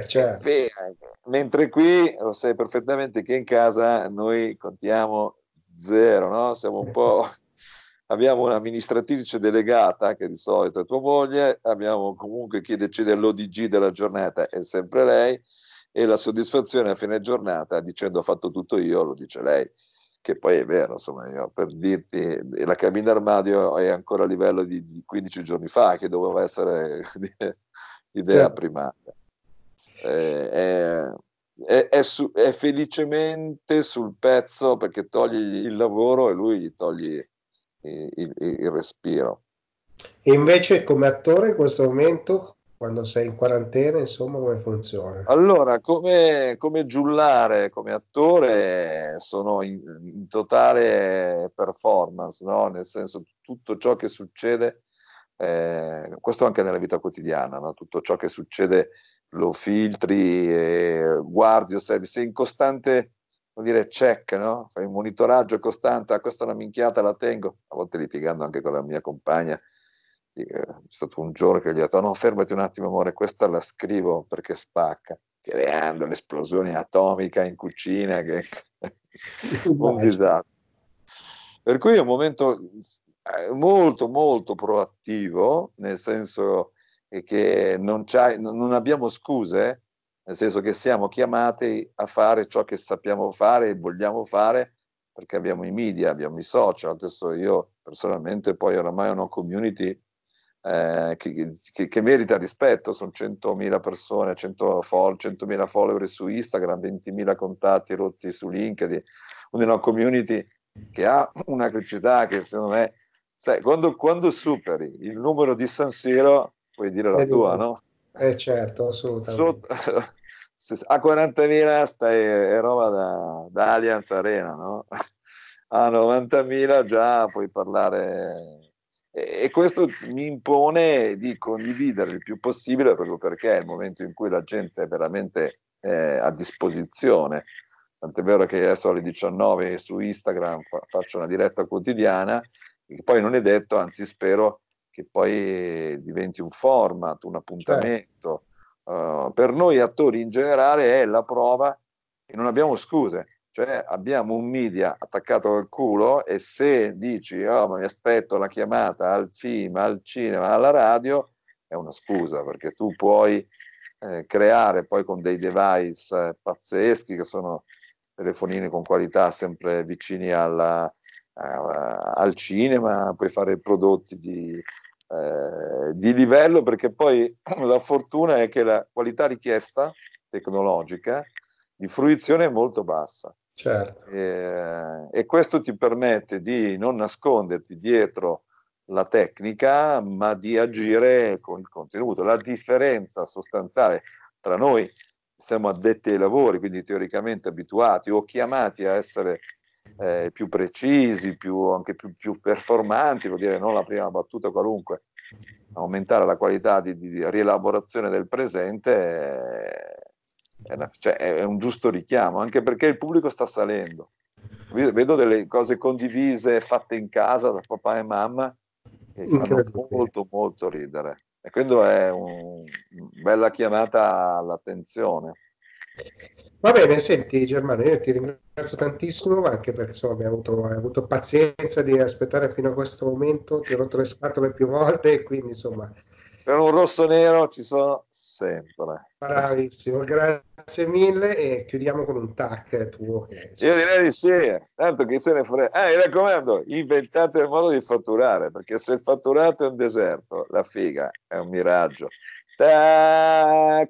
certo. Mentre qui lo sai perfettamente che in casa noi contiamo zero, no? Siamo un po'... Abbiamo un'amministratrice delegata, che di solito è tua moglie, abbiamo comunque chi decide l'ODG della giornata, è sempre lei, e la soddisfazione a fine giornata, dicendo ho fatto tutto io, lo dice lei, che poi è vero, insomma, io, per dirti, la cabina d'armadio è ancora a livello di 15 giorni fa, che doveva essere idea primaria. È felicemente sul pezzo, perché togli il lavoro e lui gli togli il respiro. E invece come attore in questo momento, quando sei in quarantena, insomma, come funziona? Allora, come giullare, come attore, sono in totale performance, no? Nel senso, tutto ciò che succede, questo anche nella vita quotidiana, no? Tutto ciò che succede lo filtri, guardi, osservi, sei in costante, vuol dire, check, no? Fai un monitoraggio costante, questa è una minchiata, la tengo, a volte litigando anche con la mia compagna. C'è stato un giorno che gli ho detto no, fermati un attimo amore, questa la scrivo perché spacca, creando l'esplosione atomica in cucina, che un disastro. Per cui è un momento molto molto proattivo, nel senso che non abbiamo scuse, nel senso che siamo chiamati a fare ciò che sappiamo fare e vogliamo fare, perché abbiamo i media, abbiamo i social. Adesso io personalmente poi oramai ho una community che merita rispetto, sono 100.000 persone, 100.000 follower su Instagram, 20.000 contatti rotti su LinkedIn, una community che ha una criticità che secondo me, sai, quando superi il numero di San Siro puoi dire la tua, no? Certo, assolutamente. A 40.000 è roba da Allianz Arena, no? A 90.000 già puoi parlare, e questo mi impone di condividere il più possibile, proprio perché è il momento in cui la gente è veramente a disposizione. Tant'è vero che adesso alle 19 su Instagram faccio una diretta quotidiana, che poi non è detto, anzi spero che poi diventi un format, un appuntamento. Per noi attori in generale è la prova che non abbiamo scuse, cioè abbiamo un media attaccato al culo, e se dici ma mi aspetto la chiamata al film, al cinema, alla radio, è una scusa, perché tu puoi creare poi con dei device pazzeschi, che sono telefonini con qualità sempre vicini al cinema, puoi fare prodotti di livello, perché poi la fortuna è che la qualità richiesta tecnologica di fruizione è molto bassa. Certo. E questo ti permette di non nasconderti dietro la tecnica, ma di agire con il contenuto. La differenza sostanziale tra noi, siamo addetti ai lavori, quindi teoricamente abituati o chiamati a essere più precisi, anche più performanti, vuol dire non la prima battuta qualunque, aumentare la qualità di rielaborazione del presente è un giusto richiamo, anche perché il pubblico sta salendo. Vedo delle cose condivise fatte in casa da papà e mamma che fanno molto molto ridere, e questo è una bella chiamata all'attenzione. Va bene, senti Germano, io ti ringrazio tantissimo, anche perché insomma hai avuto pazienza di aspettare fino a questo momento, ti ho rotto le scatole più volte, e quindi insomma... Per un rosso nero ci sono sempre. Bravissimo, grazie mille, e chiudiamo con un tac tuo. Io direi di sì, tanto che se ne frega. Mi raccomando, inventate il modo di fatturare, perché se il fatturato è un deserto, la figa è un miraggio. Tac!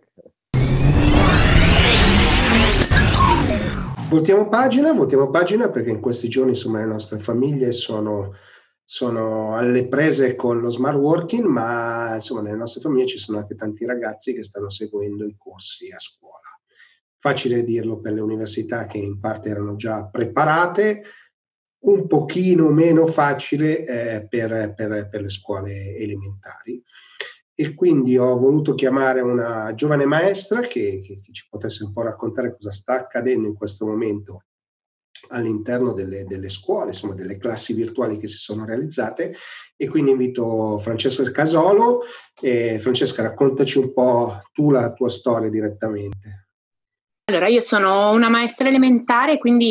Voltiamo pagina perché in questi giorni insomma le nostre famiglie sono alle prese con lo smart working, ma insomma nelle nostre famiglie ci sono anche tanti ragazzi che stanno seguendo i corsi a scuola. Facile dirlo per le università, che in parte erano già preparate, un pochino meno facile per le scuole elementari. E quindi ho voluto chiamare una giovane maestra che ci potesse un po' raccontare cosa sta accadendo in questo momento all'interno delle scuole, insomma delle classi virtuali che si sono realizzate, e quindi invito Francesca Casolo. Francesca, raccontaci un po' tu la tua storia direttamente. Allora, io sono una maestra elementare, quindi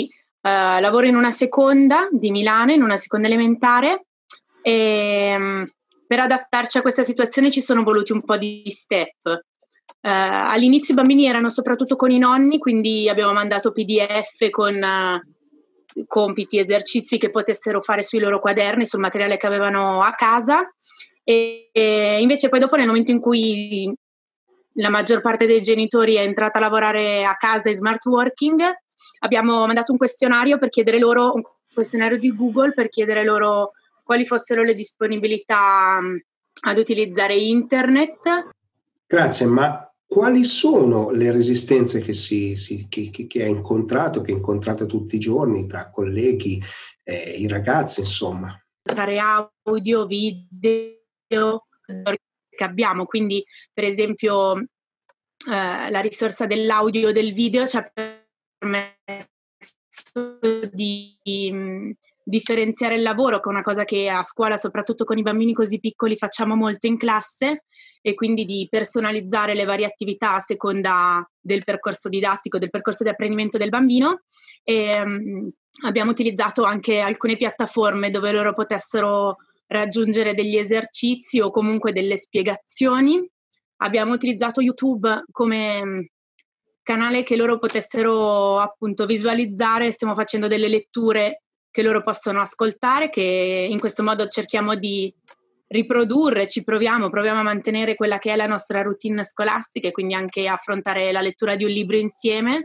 lavoro in una seconda di Milano, in una seconda elementare, e per adattarci a questa situazione ci sono voluti un po' di step. All'inizio i bambini erano soprattutto con i nonni, quindi abbiamo mandato PDF con compiti, esercizi che potessero fare sui loro quaderni, sul materiale che avevano a casa, e invece poi dopo, nel momento in cui la maggior parte dei genitori è entrata a lavorare a casa in smart working, abbiamo mandato un questionario di Google per chiedere loro quali fossero le disponibilità ad utilizzare internet. Grazie, ma quali sono le resistenze che hai incontrato, che incontrate tutti i giorni tra colleghi, i ragazzi, insomma? Fare audio, video che abbiamo, quindi per esempio la risorsa dell'audio e del video ci ha permesso di differenziare il lavoro, che è una cosa che a scuola, soprattutto con i bambini così piccoli, facciamo molto in classe, e quindi di personalizzare le varie attività a seconda del percorso didattico, del percorso di apprendimento del bambino. E abbiamo utilizzato anche alcune piattaforme dove loro potessero raggiungere degli esercizi o comunque delle spiegazioni. Abbiamo utilizzato YouTube come canale che loro potessero appunto visualizzare. Stiamo facendo delle letture che loro possono ascoltare, che in questo modo cerchiamo di riprodurre, proviamo a mantenere quella che è la nostra routine scolastica, e quindi anche affrontare la lettura di un libro insieme.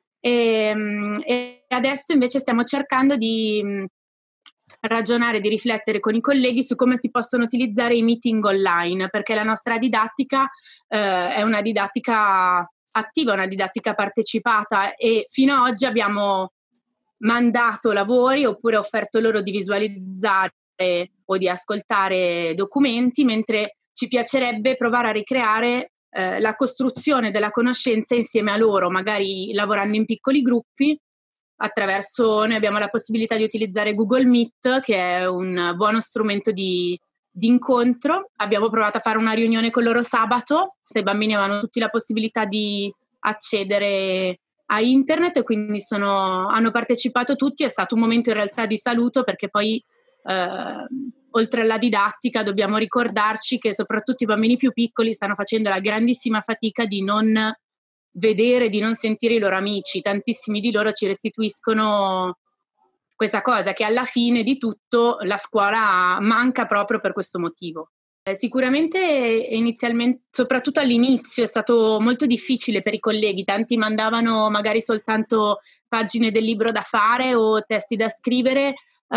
E adesso invece stiamo cercando di ragionare, di riflettere con i colleghi su come si possono utilizzare i meeting online, perché la nostra didattica è una didattica attiva, una didattica partecipata, e fino ad oggi abbiamo mandato lavori oppure offerto loro di visualizzare o di ascoltare documenti, mentre ci piacerebbe provare a ricreare la costruzione della conoscenza insieme a loro, magari lavorando in piccoli gruppi. Noi abbiamo la possibilità di utilizzare Google Meet, che è un buono strumento di incontro. Abbiamo provato a fare una riunione con loro sabato, i bambini avevano tutti la possibilità di accedere a internet, e quindi hanno partecipato tutti. È stato un momento in realtà di saluto, perché poi oltre alla didattica dobbiamo ricordarci che soprattutto i bambini più piccoli stanno facendo la grandissima fatica di non vedere, di non sentire i loro amici. Tantissimi di loro ci restituiscono questa cosa, che alla fine di tutto la scuola manca proprio per questo motivo. Sicuramente inizialmente, soprattutto all'inizio, è stato molto difficile per i colleghi. Tanti mandavano magari soltanto pagine del libro da fare o testi da scrivere,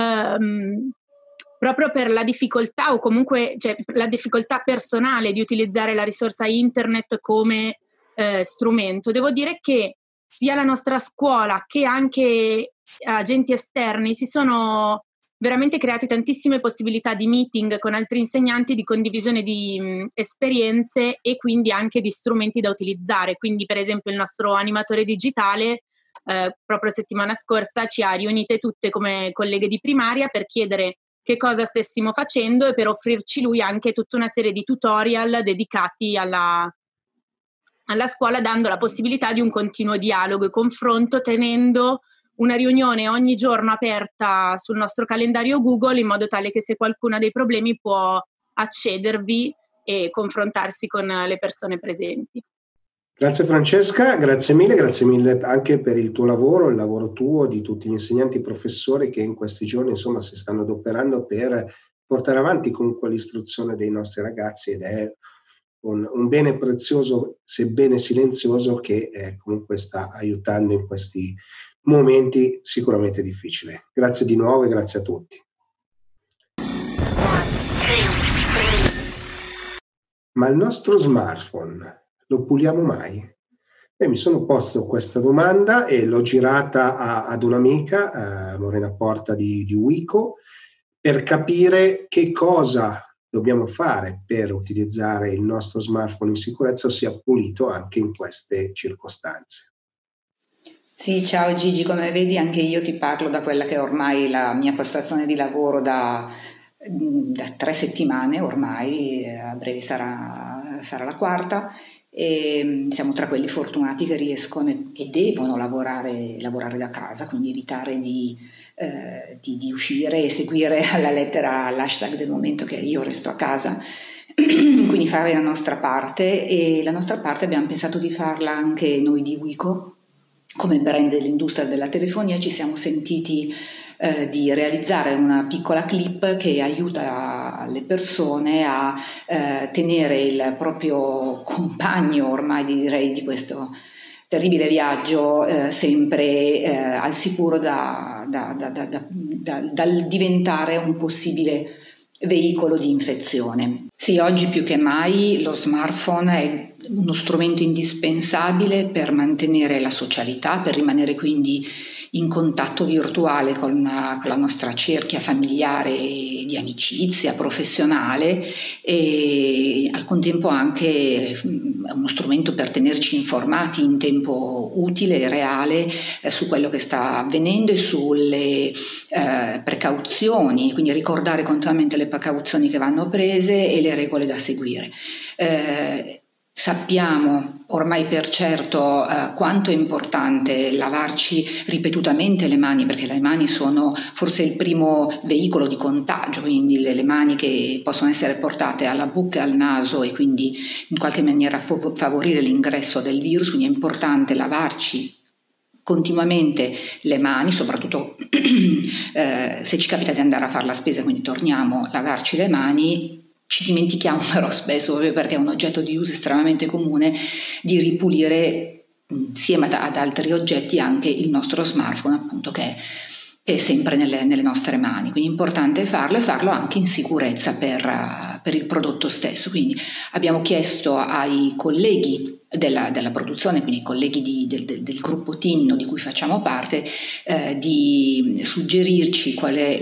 proprio per la difficoltà, o comunque la difficoltà personale di utilizzare la risorsa internet come strumento. Devo dire che sia la nostra scuola che anche agenti esterni si sono veramente creati tantissime possibilità di meeting con altri insegnanti, di condivisione di esperienze e quindi anche di strumenti da utilizzare. Quindi per esempio il nostro animatore digitale proprio settimana scorsa ci ha riunite tutte come colleghe di primaria per chiedere che cosa stessimo facendo e per offrirci lui anche tutta una serie di tutorial dedicati alla scuola, dando la possibilità di un continuo dialogo e confronto, tenendo una riunione ogni giorno aperta sul nostro calendario Google, in modo tale che se qualcuno ha dei problemi può accedervi e confrontarsi con le persone presenti. Grazie Francesca, grazie mille anche per il tuo lavoro, il lavoro tuo, di tutti gli insegnanti e professori che in questi giorni insomma si stanno adoperando per portare avanti comunque l'istruzione dei nostri ragazzi, ed è un bene prezioso, sebbene silenzioso, che comunque sta aiutando in questi momenti sicuramente difficili. Grazie di nuovo e grazie a tutti. Ma il nostro smartphone lo puliamo mai? Mi sono posto questa domanda e l'ho girata ad un'amica, Morena Porta di Wico, per capire che cosa dobbiamo fare per utilizzare il nostro smartphone in sicurezza, ossia pulito anche in queste circostanze. Sì, ciao Gigi, come vedi anche io ti parlo da quella che è ormai la mia postazione di lavoro da 3 settimane ormai, a breve sarà la quarta, e siamo tra quelli fortunati che riescono e devono lavorare da casa, quindi evitare di uscire e seguire alla lettera l'hashtag del momento che io resto a casa. Quindi fare la nostra parte, e la nostra parte abbiamo pensato di farla anche noi di Wico. Come brand dell'industria della telefonia ci siamo sentiti di realizzare una piccola clip che aiuta le persone a tenere il proprio compagno, ormai direi, di questo terribile viaggio sempre al sicuro dal diventare un possibile veicolo di infezione. Sì, oggi più che mai lo smartphone è uno strumento indispensabile per mantenere la socialità, per rimanere quindi in contatto virtuale con la nostra cerchia familiare, di amicizia, professionale, e al contempo anche uno strumento per tenerci informati in tempo utile e reale su quello che sta avvenendo e sulle precauzioni, quindi ricordare continuamente le precauzioni che vanno prese e le regole da seguire. Sappiamo ormai per certo quanto è importante lavarci ripetutamente le mani, perché le mani sono forse il primo veicolo di contagio, quindi le mani che possono essere portate alla bocca e al naso e quindi in qualche maniera favorire l'ingresso del virus, quindi è importante lavarci continuamente le mani, soprattutto se ci capita di andare a fare la spesa, quindi torniamo a lavarci le mani. Ci dimentichiamo però spesso, perché è un oggetto di uso estremamente comune, di ripulire insieme ad altri oggetti anche il nostro smartphone, appunto, che è sempre nelle nostre mani. Quindi è importante farlo, e farlo anche in sicurezza per il prodotto stesso. Quindi abbiamo chiesto ai colleghi della produzione, quindi i colleghi del gruppo Tinno di cui facciamo parte, di suggerirci qual è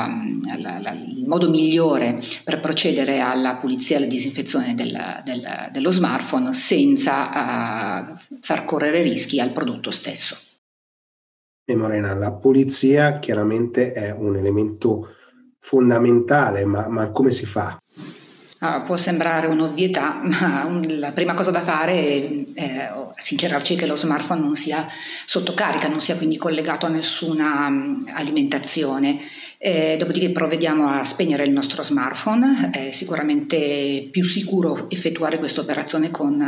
il modo migliore per procedere alla pulizia e alla disinfezione dello smartphone senza far correre rischi al prodotto stesso. E Morena, la pulizia chiaramente è un elemento fondamentale, ma come si fa? Può sembrare un'ovvietà, ma la prima cosa da fare è sincerarci che lo smartphone non sia sotto carica, non sia quindi collegato a nessuna alimentazione. Dopodiché provvediamo a spegnere il nostro smartphone. È sicuramente più sicuro effettuare questa operazione con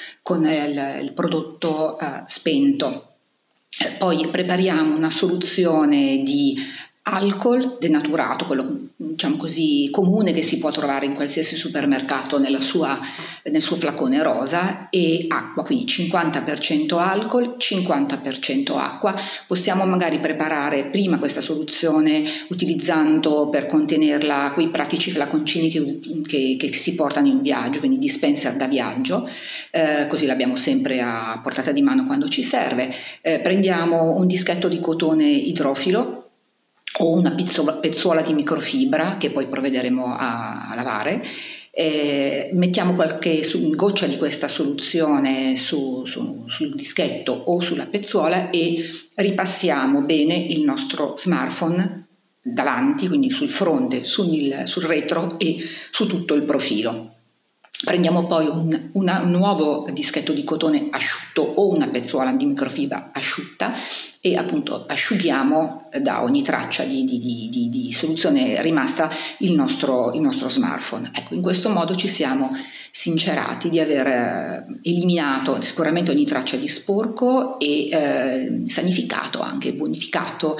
il prodotto spento. Poi prepariamo una soluzione di alcol denaturato, quello diciamo così comune che si può trovare in qualsiasi supermercato nel suo flacone rosa, e acqua, quindi 50% alcol, 50% acqua. Possiamo magari preparare prima questa soluzione utilizzando per contenerla quei pratici flaconcini che si portano in viaggio, quindi dispenser da viaggio, così l'abbiamo sempre a portata di mano quando ci serve. Prendiamo un dischetto di cotone idrofilo o una pezzuola di microfibra che poi provvederemo a lavare. Mettiamo qualche goccia di questa soluzione sul dischetto o sulla pezzuola e ripassiamo bene il nostro smartphone davanti, quindi sul fronte, sul retro e su tutto il profilo. Prendiamo poi un nuovo dischetto di cotone asciutto o una pezzuola di microfibra asciutta e appunto asciughiamo da ogni traccia di soluzione rimasta il nostro smartphone. Ecco, in questo modo ci siamo sincerati di aver eliminato sicuramente ogni traccia di sporco e sanificato, anche bonificato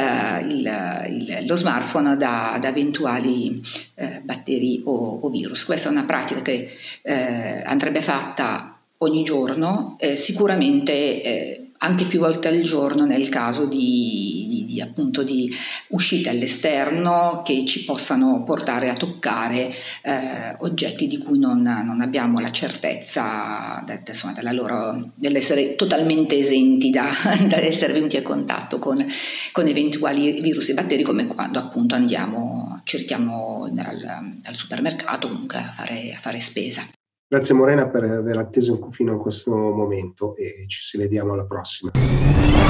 lo smartphone da eventuali batteri o virus. Questa è una pratica che andrebbe fatta ogni giorno, sicuramente anche più volte al giorno nel caso appunto di uscite all'esterno che ci possano portare a toccare oggetti di cui non abbiamo la certezza dell'essere totalmente esenti da essere venuti a contatto con eventuali virus e batteri, come quando appunto cerchiamo al supermercato comunque a fare spesa. Grazie Morena per aver atteso fino a questo momento e ci vediamo alla prossima.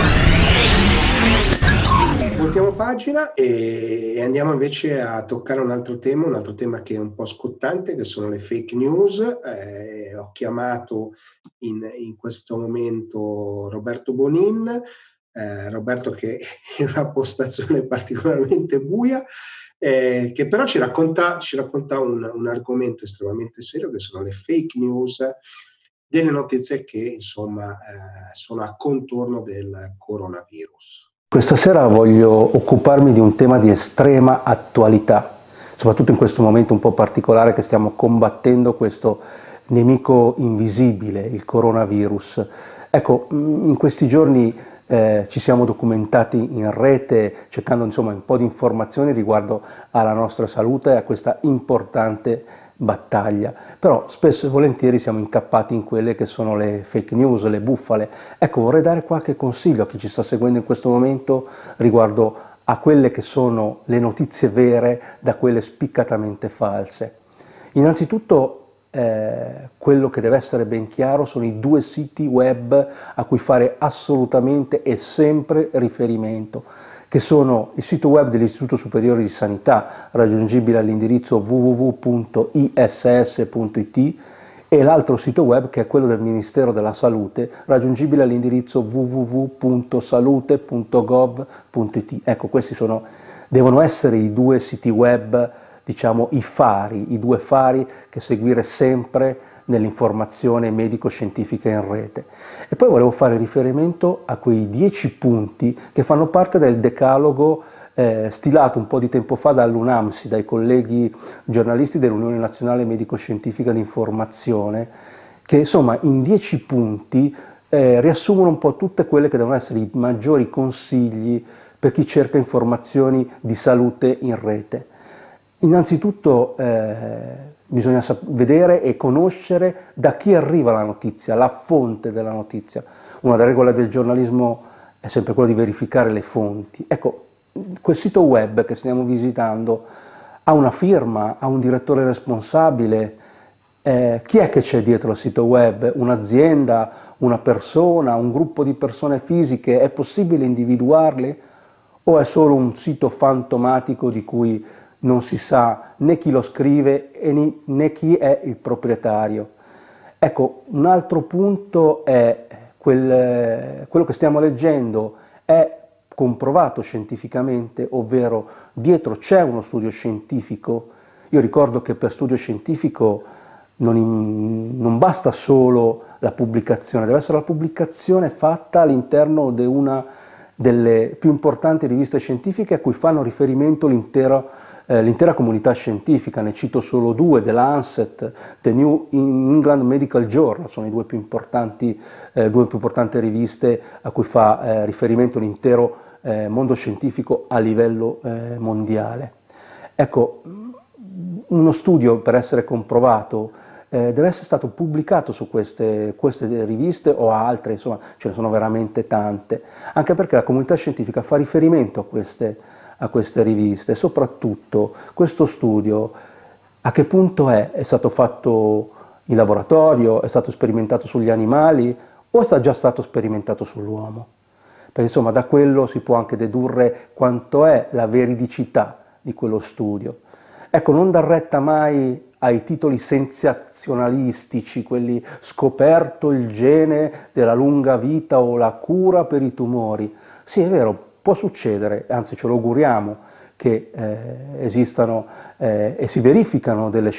Voltiamo pagina e andiamo invece a toccare un altro tema che è un po' scottante, che sono le fake news. Ho chiamato in questo momento Roberto Bonin, Roberto che è in una postazione particolarmente buia, che però ci racconta un argomento estremamente serio, che sono le fake news, delle notizie che insomma sono a contorno del coronavirus. Questa sera voglio occuparmi di un tema di estrema attualità, soprattutto in questo momento un po' particolare che stiamo combattendo questo nemico invisibile, il coronavirus. Ecco, in questi giorni ci siamo documentati in rete cercando insomma un po' di informazioni riguardo alla nostra salute e a questa importante battaglia, però spesso e volentieri siamo incappati in quelle che sono le fake news, le bufale. Ecco, vorrei dare qualche consiglio a chi ci sta seguendo in questo momento riguardo a quelle che sono le notizie vere da quelle spiccatamente false. Innanzitutto quello che deve essere ben chiaro sono i 2 siti web a cui fare assolutamente e sempre riferimento, che sono il sito web dell'Istituto Superiore di Sanità, raggiungibile all'indirizzo www.iss.it, e l'altro sito web che è quello del Ministero della Salute, raggiungibile all'indirizzo www.salute.gov.it. Ecco, questi devono essere i 2 siti web, diciamo i 2 fari che seguire sempre nell'informazione medico-scientifica in rete. E poi volevo fare riferimento a quei 10 punti che fanno parte del decalogo stilato un po' di tempo fa dall'UNAMSI, dai colleghi giornalisti dell'Unione Nazionale Medico-Scientifica di Informazione, che insomma in 10 punti riassumono un po' tutte quelle che devono essere i maggiori consigli per chi cerca informazioni di salute in rete. Innanzitutto bisogna vedere e conoscere da chi arriva la notizia, la fonte della notizia. Una delle regole del giornalismo è sempre quella di verificare le fonti. Ecco, quel sito web che stiamo visitando ha una firma, ha un direttore responsabile. Chi è che c'è dietro al sito web? Un'azienda, una persona, un gruppo di persone fisiche? È possibile individuarli? O è solo un sito fantomatico di cui non si sa né chi lo scrive né chi è il proprietario? Ecco, un altro punto è quello che stiamo leggendo è comprovato scientificamente, ovvero dietro c'è uno studio scientifico. Io ricordo che per studio scientifico non basta solo la pubblicazione, deve essere la pubblicazione fatta all'interno di una delle più importanti riviste scientifiche a cui fanno riferimento l'intera comunità scientifica. Ne cito solo 2, The Lancet, The New England Medical Journal, sono le due più importanti riviste a cui fa riferimento l'intero mondo scientifico a livello mondiale. Ecco, uno studio per essere comprovato deve essere stato pubblicato su queste riviste o altre, insomma ce ne sono veramente tante, anche perché la comunità scientifica fa riferimento a queste riviste. E soprattutto questo studio a che punto è stato fatto in laboratorio, è stato sperimentato sugli animali o è già stato sperimentato sull'uomo? Perché insomma da quello si può anche dedurre quanto è la veridicità di quello studio. Ecco, non dar retta mai ai titoli sensazionalistici, quelli scoperto il gene della lunga vita o la cura per i tumori. Sì, è vero, può succedere, anzi ce lo auguriamo, che esistano e si verificano delle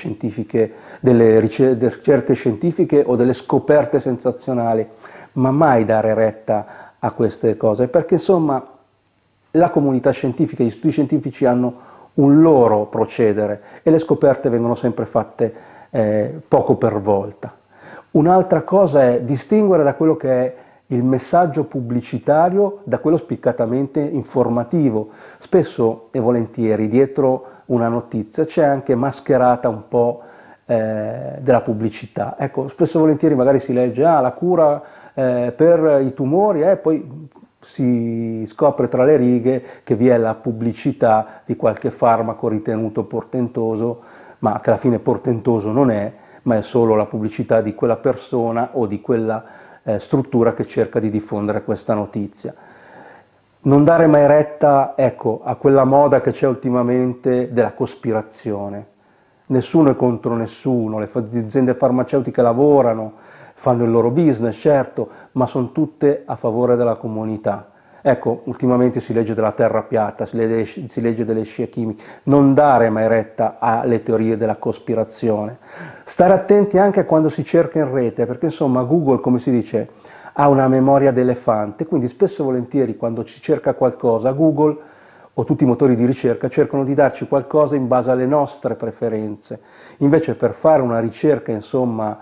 ricerche scientifiche o delle scoperte sensazionali, ma mai dare retta a queste cose, perché insomma la comunità scientifica, gli studi scientifici hanno un loro procedere e le scoperte vengono sempre fatte poco per volta. Un'altra cosa è distinguere da quello che è il messaggio pubblicitario da quello spiccatamente informativo. Spesso e volentieri dietro una notizia c'è anche mascherata un po' della pubblicità. Ecco, spesso e volentieri magari si legge la cura per i tumori e poi si scopre tra le righe che vi è la pubblicità di qualche farmaco ritenuto portentoso, ma che alla fine portentoso non è, ma è solo la pubblicità di quella persona o di quella struttura che cerca di diffondere questa notizia. non dare mai retta, ecco, a quella moda che c'è ultimamente della cospirazione. Nessuno è contro nessuno, le aziende farmaceutiche lavorano, fanno il loro business, certo, ma sono tutte a favore della comunità. Ecco, ultimamente si legge della terra piatta, si legge delle scie chimiche. Non dare mai retta alle teorie della cospirazione. Stare attenti anche a quando si cerca in rete, perché insomma Google, come si dice, ha una memoria d'elefante, quindi spesso e volentieri quando ci cerca qualcosa, Google o tutti i motori di ricerca cercano di darci qualcosa in base alle nostre preferenze. Invece per fare una ricerca, insomma,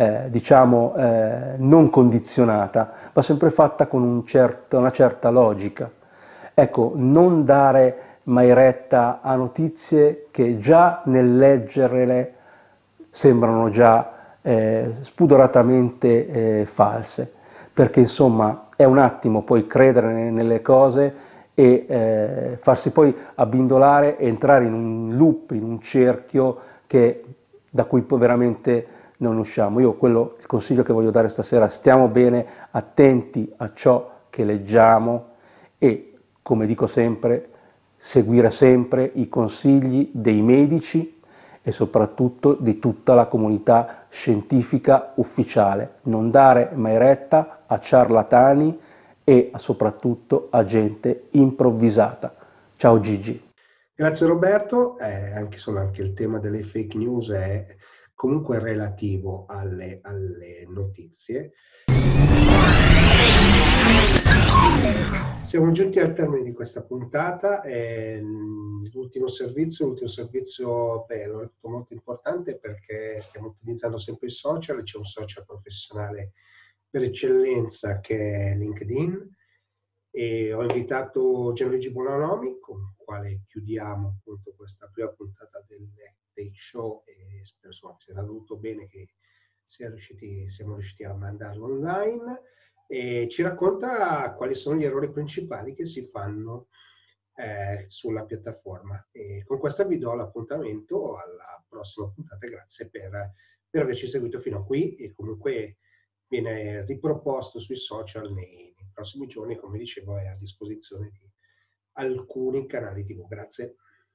non condizionata, va sempre fatta con una certa logica. Ecco, non dare mai retta a notizie che già nel leggerle sembrano già spudoratamente false, perché insomma è un attimo poi credere nelle cose e farsi poi abbindolare e entrare in un loop, in un cerchio da cui poi veramente non usciamo. Io il consiglio che voglio dare stasera: stiamo bene attenti a ciò che leggiamo e, come dico sempre, seguire sempre i consigli dei medici e soprattutto di tutta la comunità scientifica ufficiale. Non dare mai retta a ciarlatani e soprattutto a gente improvvisata. Ciao Gigi. Grazie Roberto, anche il tema delle fake news è comunque relativo alle notizie. Siamo giunti al termine di questa puntata. L'ultimo servizio lo reputo molto importante perché stiamo utilizzando sempre i social. C'è un social professionale per eccellenza che è LinkedIn, e ho invitato Gianluigi Bonanomi, con il quale chiudiamo appunto questa prima puntata del Take Show, e spero insomma sia andato bene, che siamo riusciti a mandarlo online, e ci racconta quali sono gli errori principali che si fanno sulla piattaforma. E con questa vi do l'appuntamento alla prossima puntata. Grazie per averci seguito fino a qui, e comunque viene riproposto sui social nei prossimi giorni. Come dicevo, è a disposizione di alcuni canali TV. Grazie.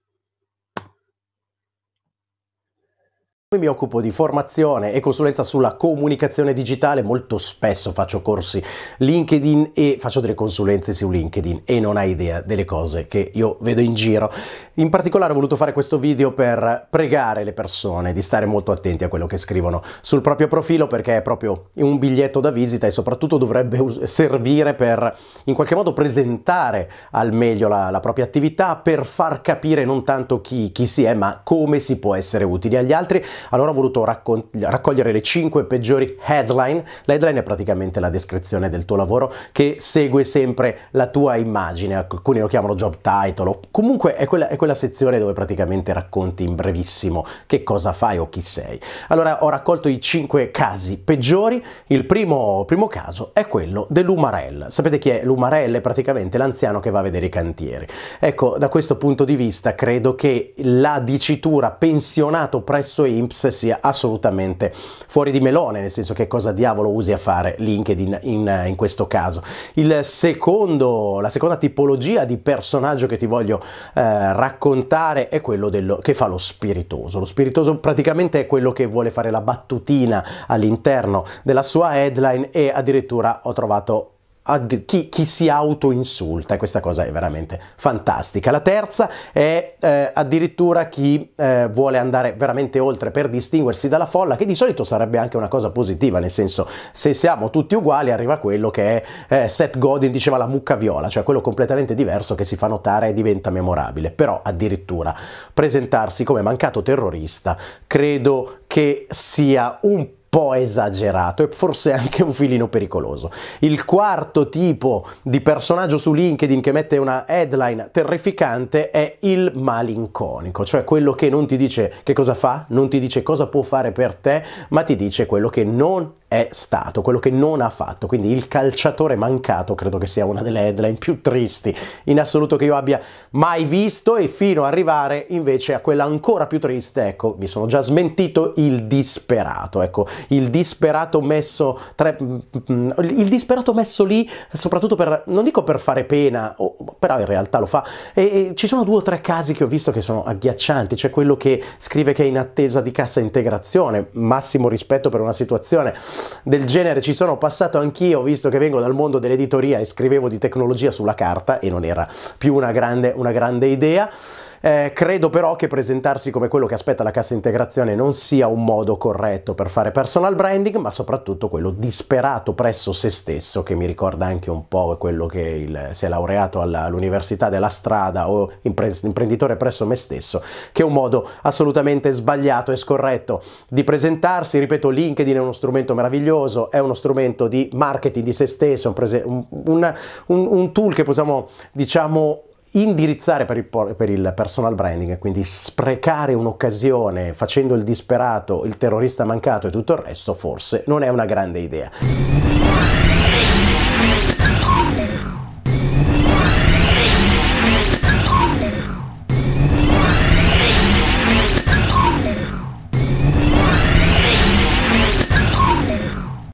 Mi occupo di formazione e consulenza sulla comunicazione digitale, molto spesso faccio corsi LinkedIn e faccio delle consulenze su LinkedIn, e non hai idea delle cose che io vedo in giro. In particolare ho voluto fare questo video per pregare le persone di stare molto attenti a quello che scrivono sul proprio profilo, perché è proprio un biglietto da visita e soprattutto dovrebbe servire per in qualche modo presentare al meglio la propria attività, per far capire non tanto chi si è, ma come si può essere utili agli altri. Allora ho voluto raccogliere le 5 peggiori headline. L'headline è praticamente la descrizione del tuo lavoro che segue sempre la tua immagine, alcuni lo chiamano job title, o comunque è quella sezione dove praticamente racconti in brevissimo che cosa fai o chi sei. Allora ho raccolto i 5 casi peggiori. Il primo caso è quello dell'Umarell. Sapete chi è l'Umarell? È praticamente l'anziano che va a vedere i cantieri. Ecco, da questo punto di vista credo che la dicitura pensionato presso INPS sia assolutamente fuori di melone, nel senso che cosa diavolo usi a fare LinkedIn in questo caso. La seconda tipologia di personaggio che ti voglio raccontare è quello che fa lo spiritoso. Lo spiritoso praticamente è quello che vuole fare la battutina all'interno della sua headline, e addirittura ho trovato chi si auto-insulta, e questa cosa è veramente fantastica. La terza è addirittura chi vuole andare veramente oltre per distinguersi dalla folla, che di solito sarebbe anche una cosa positiva, nel senso, se siamo tutti uguali arriva quello che è Seth Godin diceva la mucca viola, cioè quello completamente diverso che si fa notare e diventa memorabile. Però addirittura presentarsi come mancato terrorista credo che sia un po' esagerato e forse anche un filino pericoloso. Il quarto tipo di personaggio su LinkedIn che mette una headline terrificante è il malinconico, cioè quello che non ti dice che cosa fa, non ti dice cosa può fare per te, ma ti dice quello che non è è stato, quello che non ha fatto. Quindi il calciatore mancato credo che sia una delle headline più tristi in assoluto che io abbia mai visto, e fino ad arrivare invece a quella ancora più triste, ecco, mi sono già smentito, il disperato. Ecco, il disperato messo lì soprattutto per, non dico per fare pena, però in realtà lo fa, e ci sono 2 o 3 casi che ho visto che sono agghiaccianti. C'è quello che scrive che è in attesa di cassa integrazione, massimo rispetto per una situazione del genere, ci sono passato anch'io, visto che vengo dal mondo dell'editoria e scrivevo di tecnologia sulla carta e non era più una grande idea. Credo però che presentarsi come quello che aspetta la cassa integrazione non sia un modo corretto per fare personal branding, ma soprattutto quello disperato presso se stesso, che mi ricorda anche un po' quello che si è laureato all'università della strada o imprenditore presso me stesso, che è un modo assolutamente sbagliato e scorretto di presentarsi. Ripeto, LinkedIn è uno strumento meraviglioso, è uno strumento di marketing di se stesso, un tool che possiamo, diciamo, indirizzare per il personal branding, quindi sprecare un'occasione facendo il disperato, il terrorista mancato e tutto il resto forse non è una grande idea.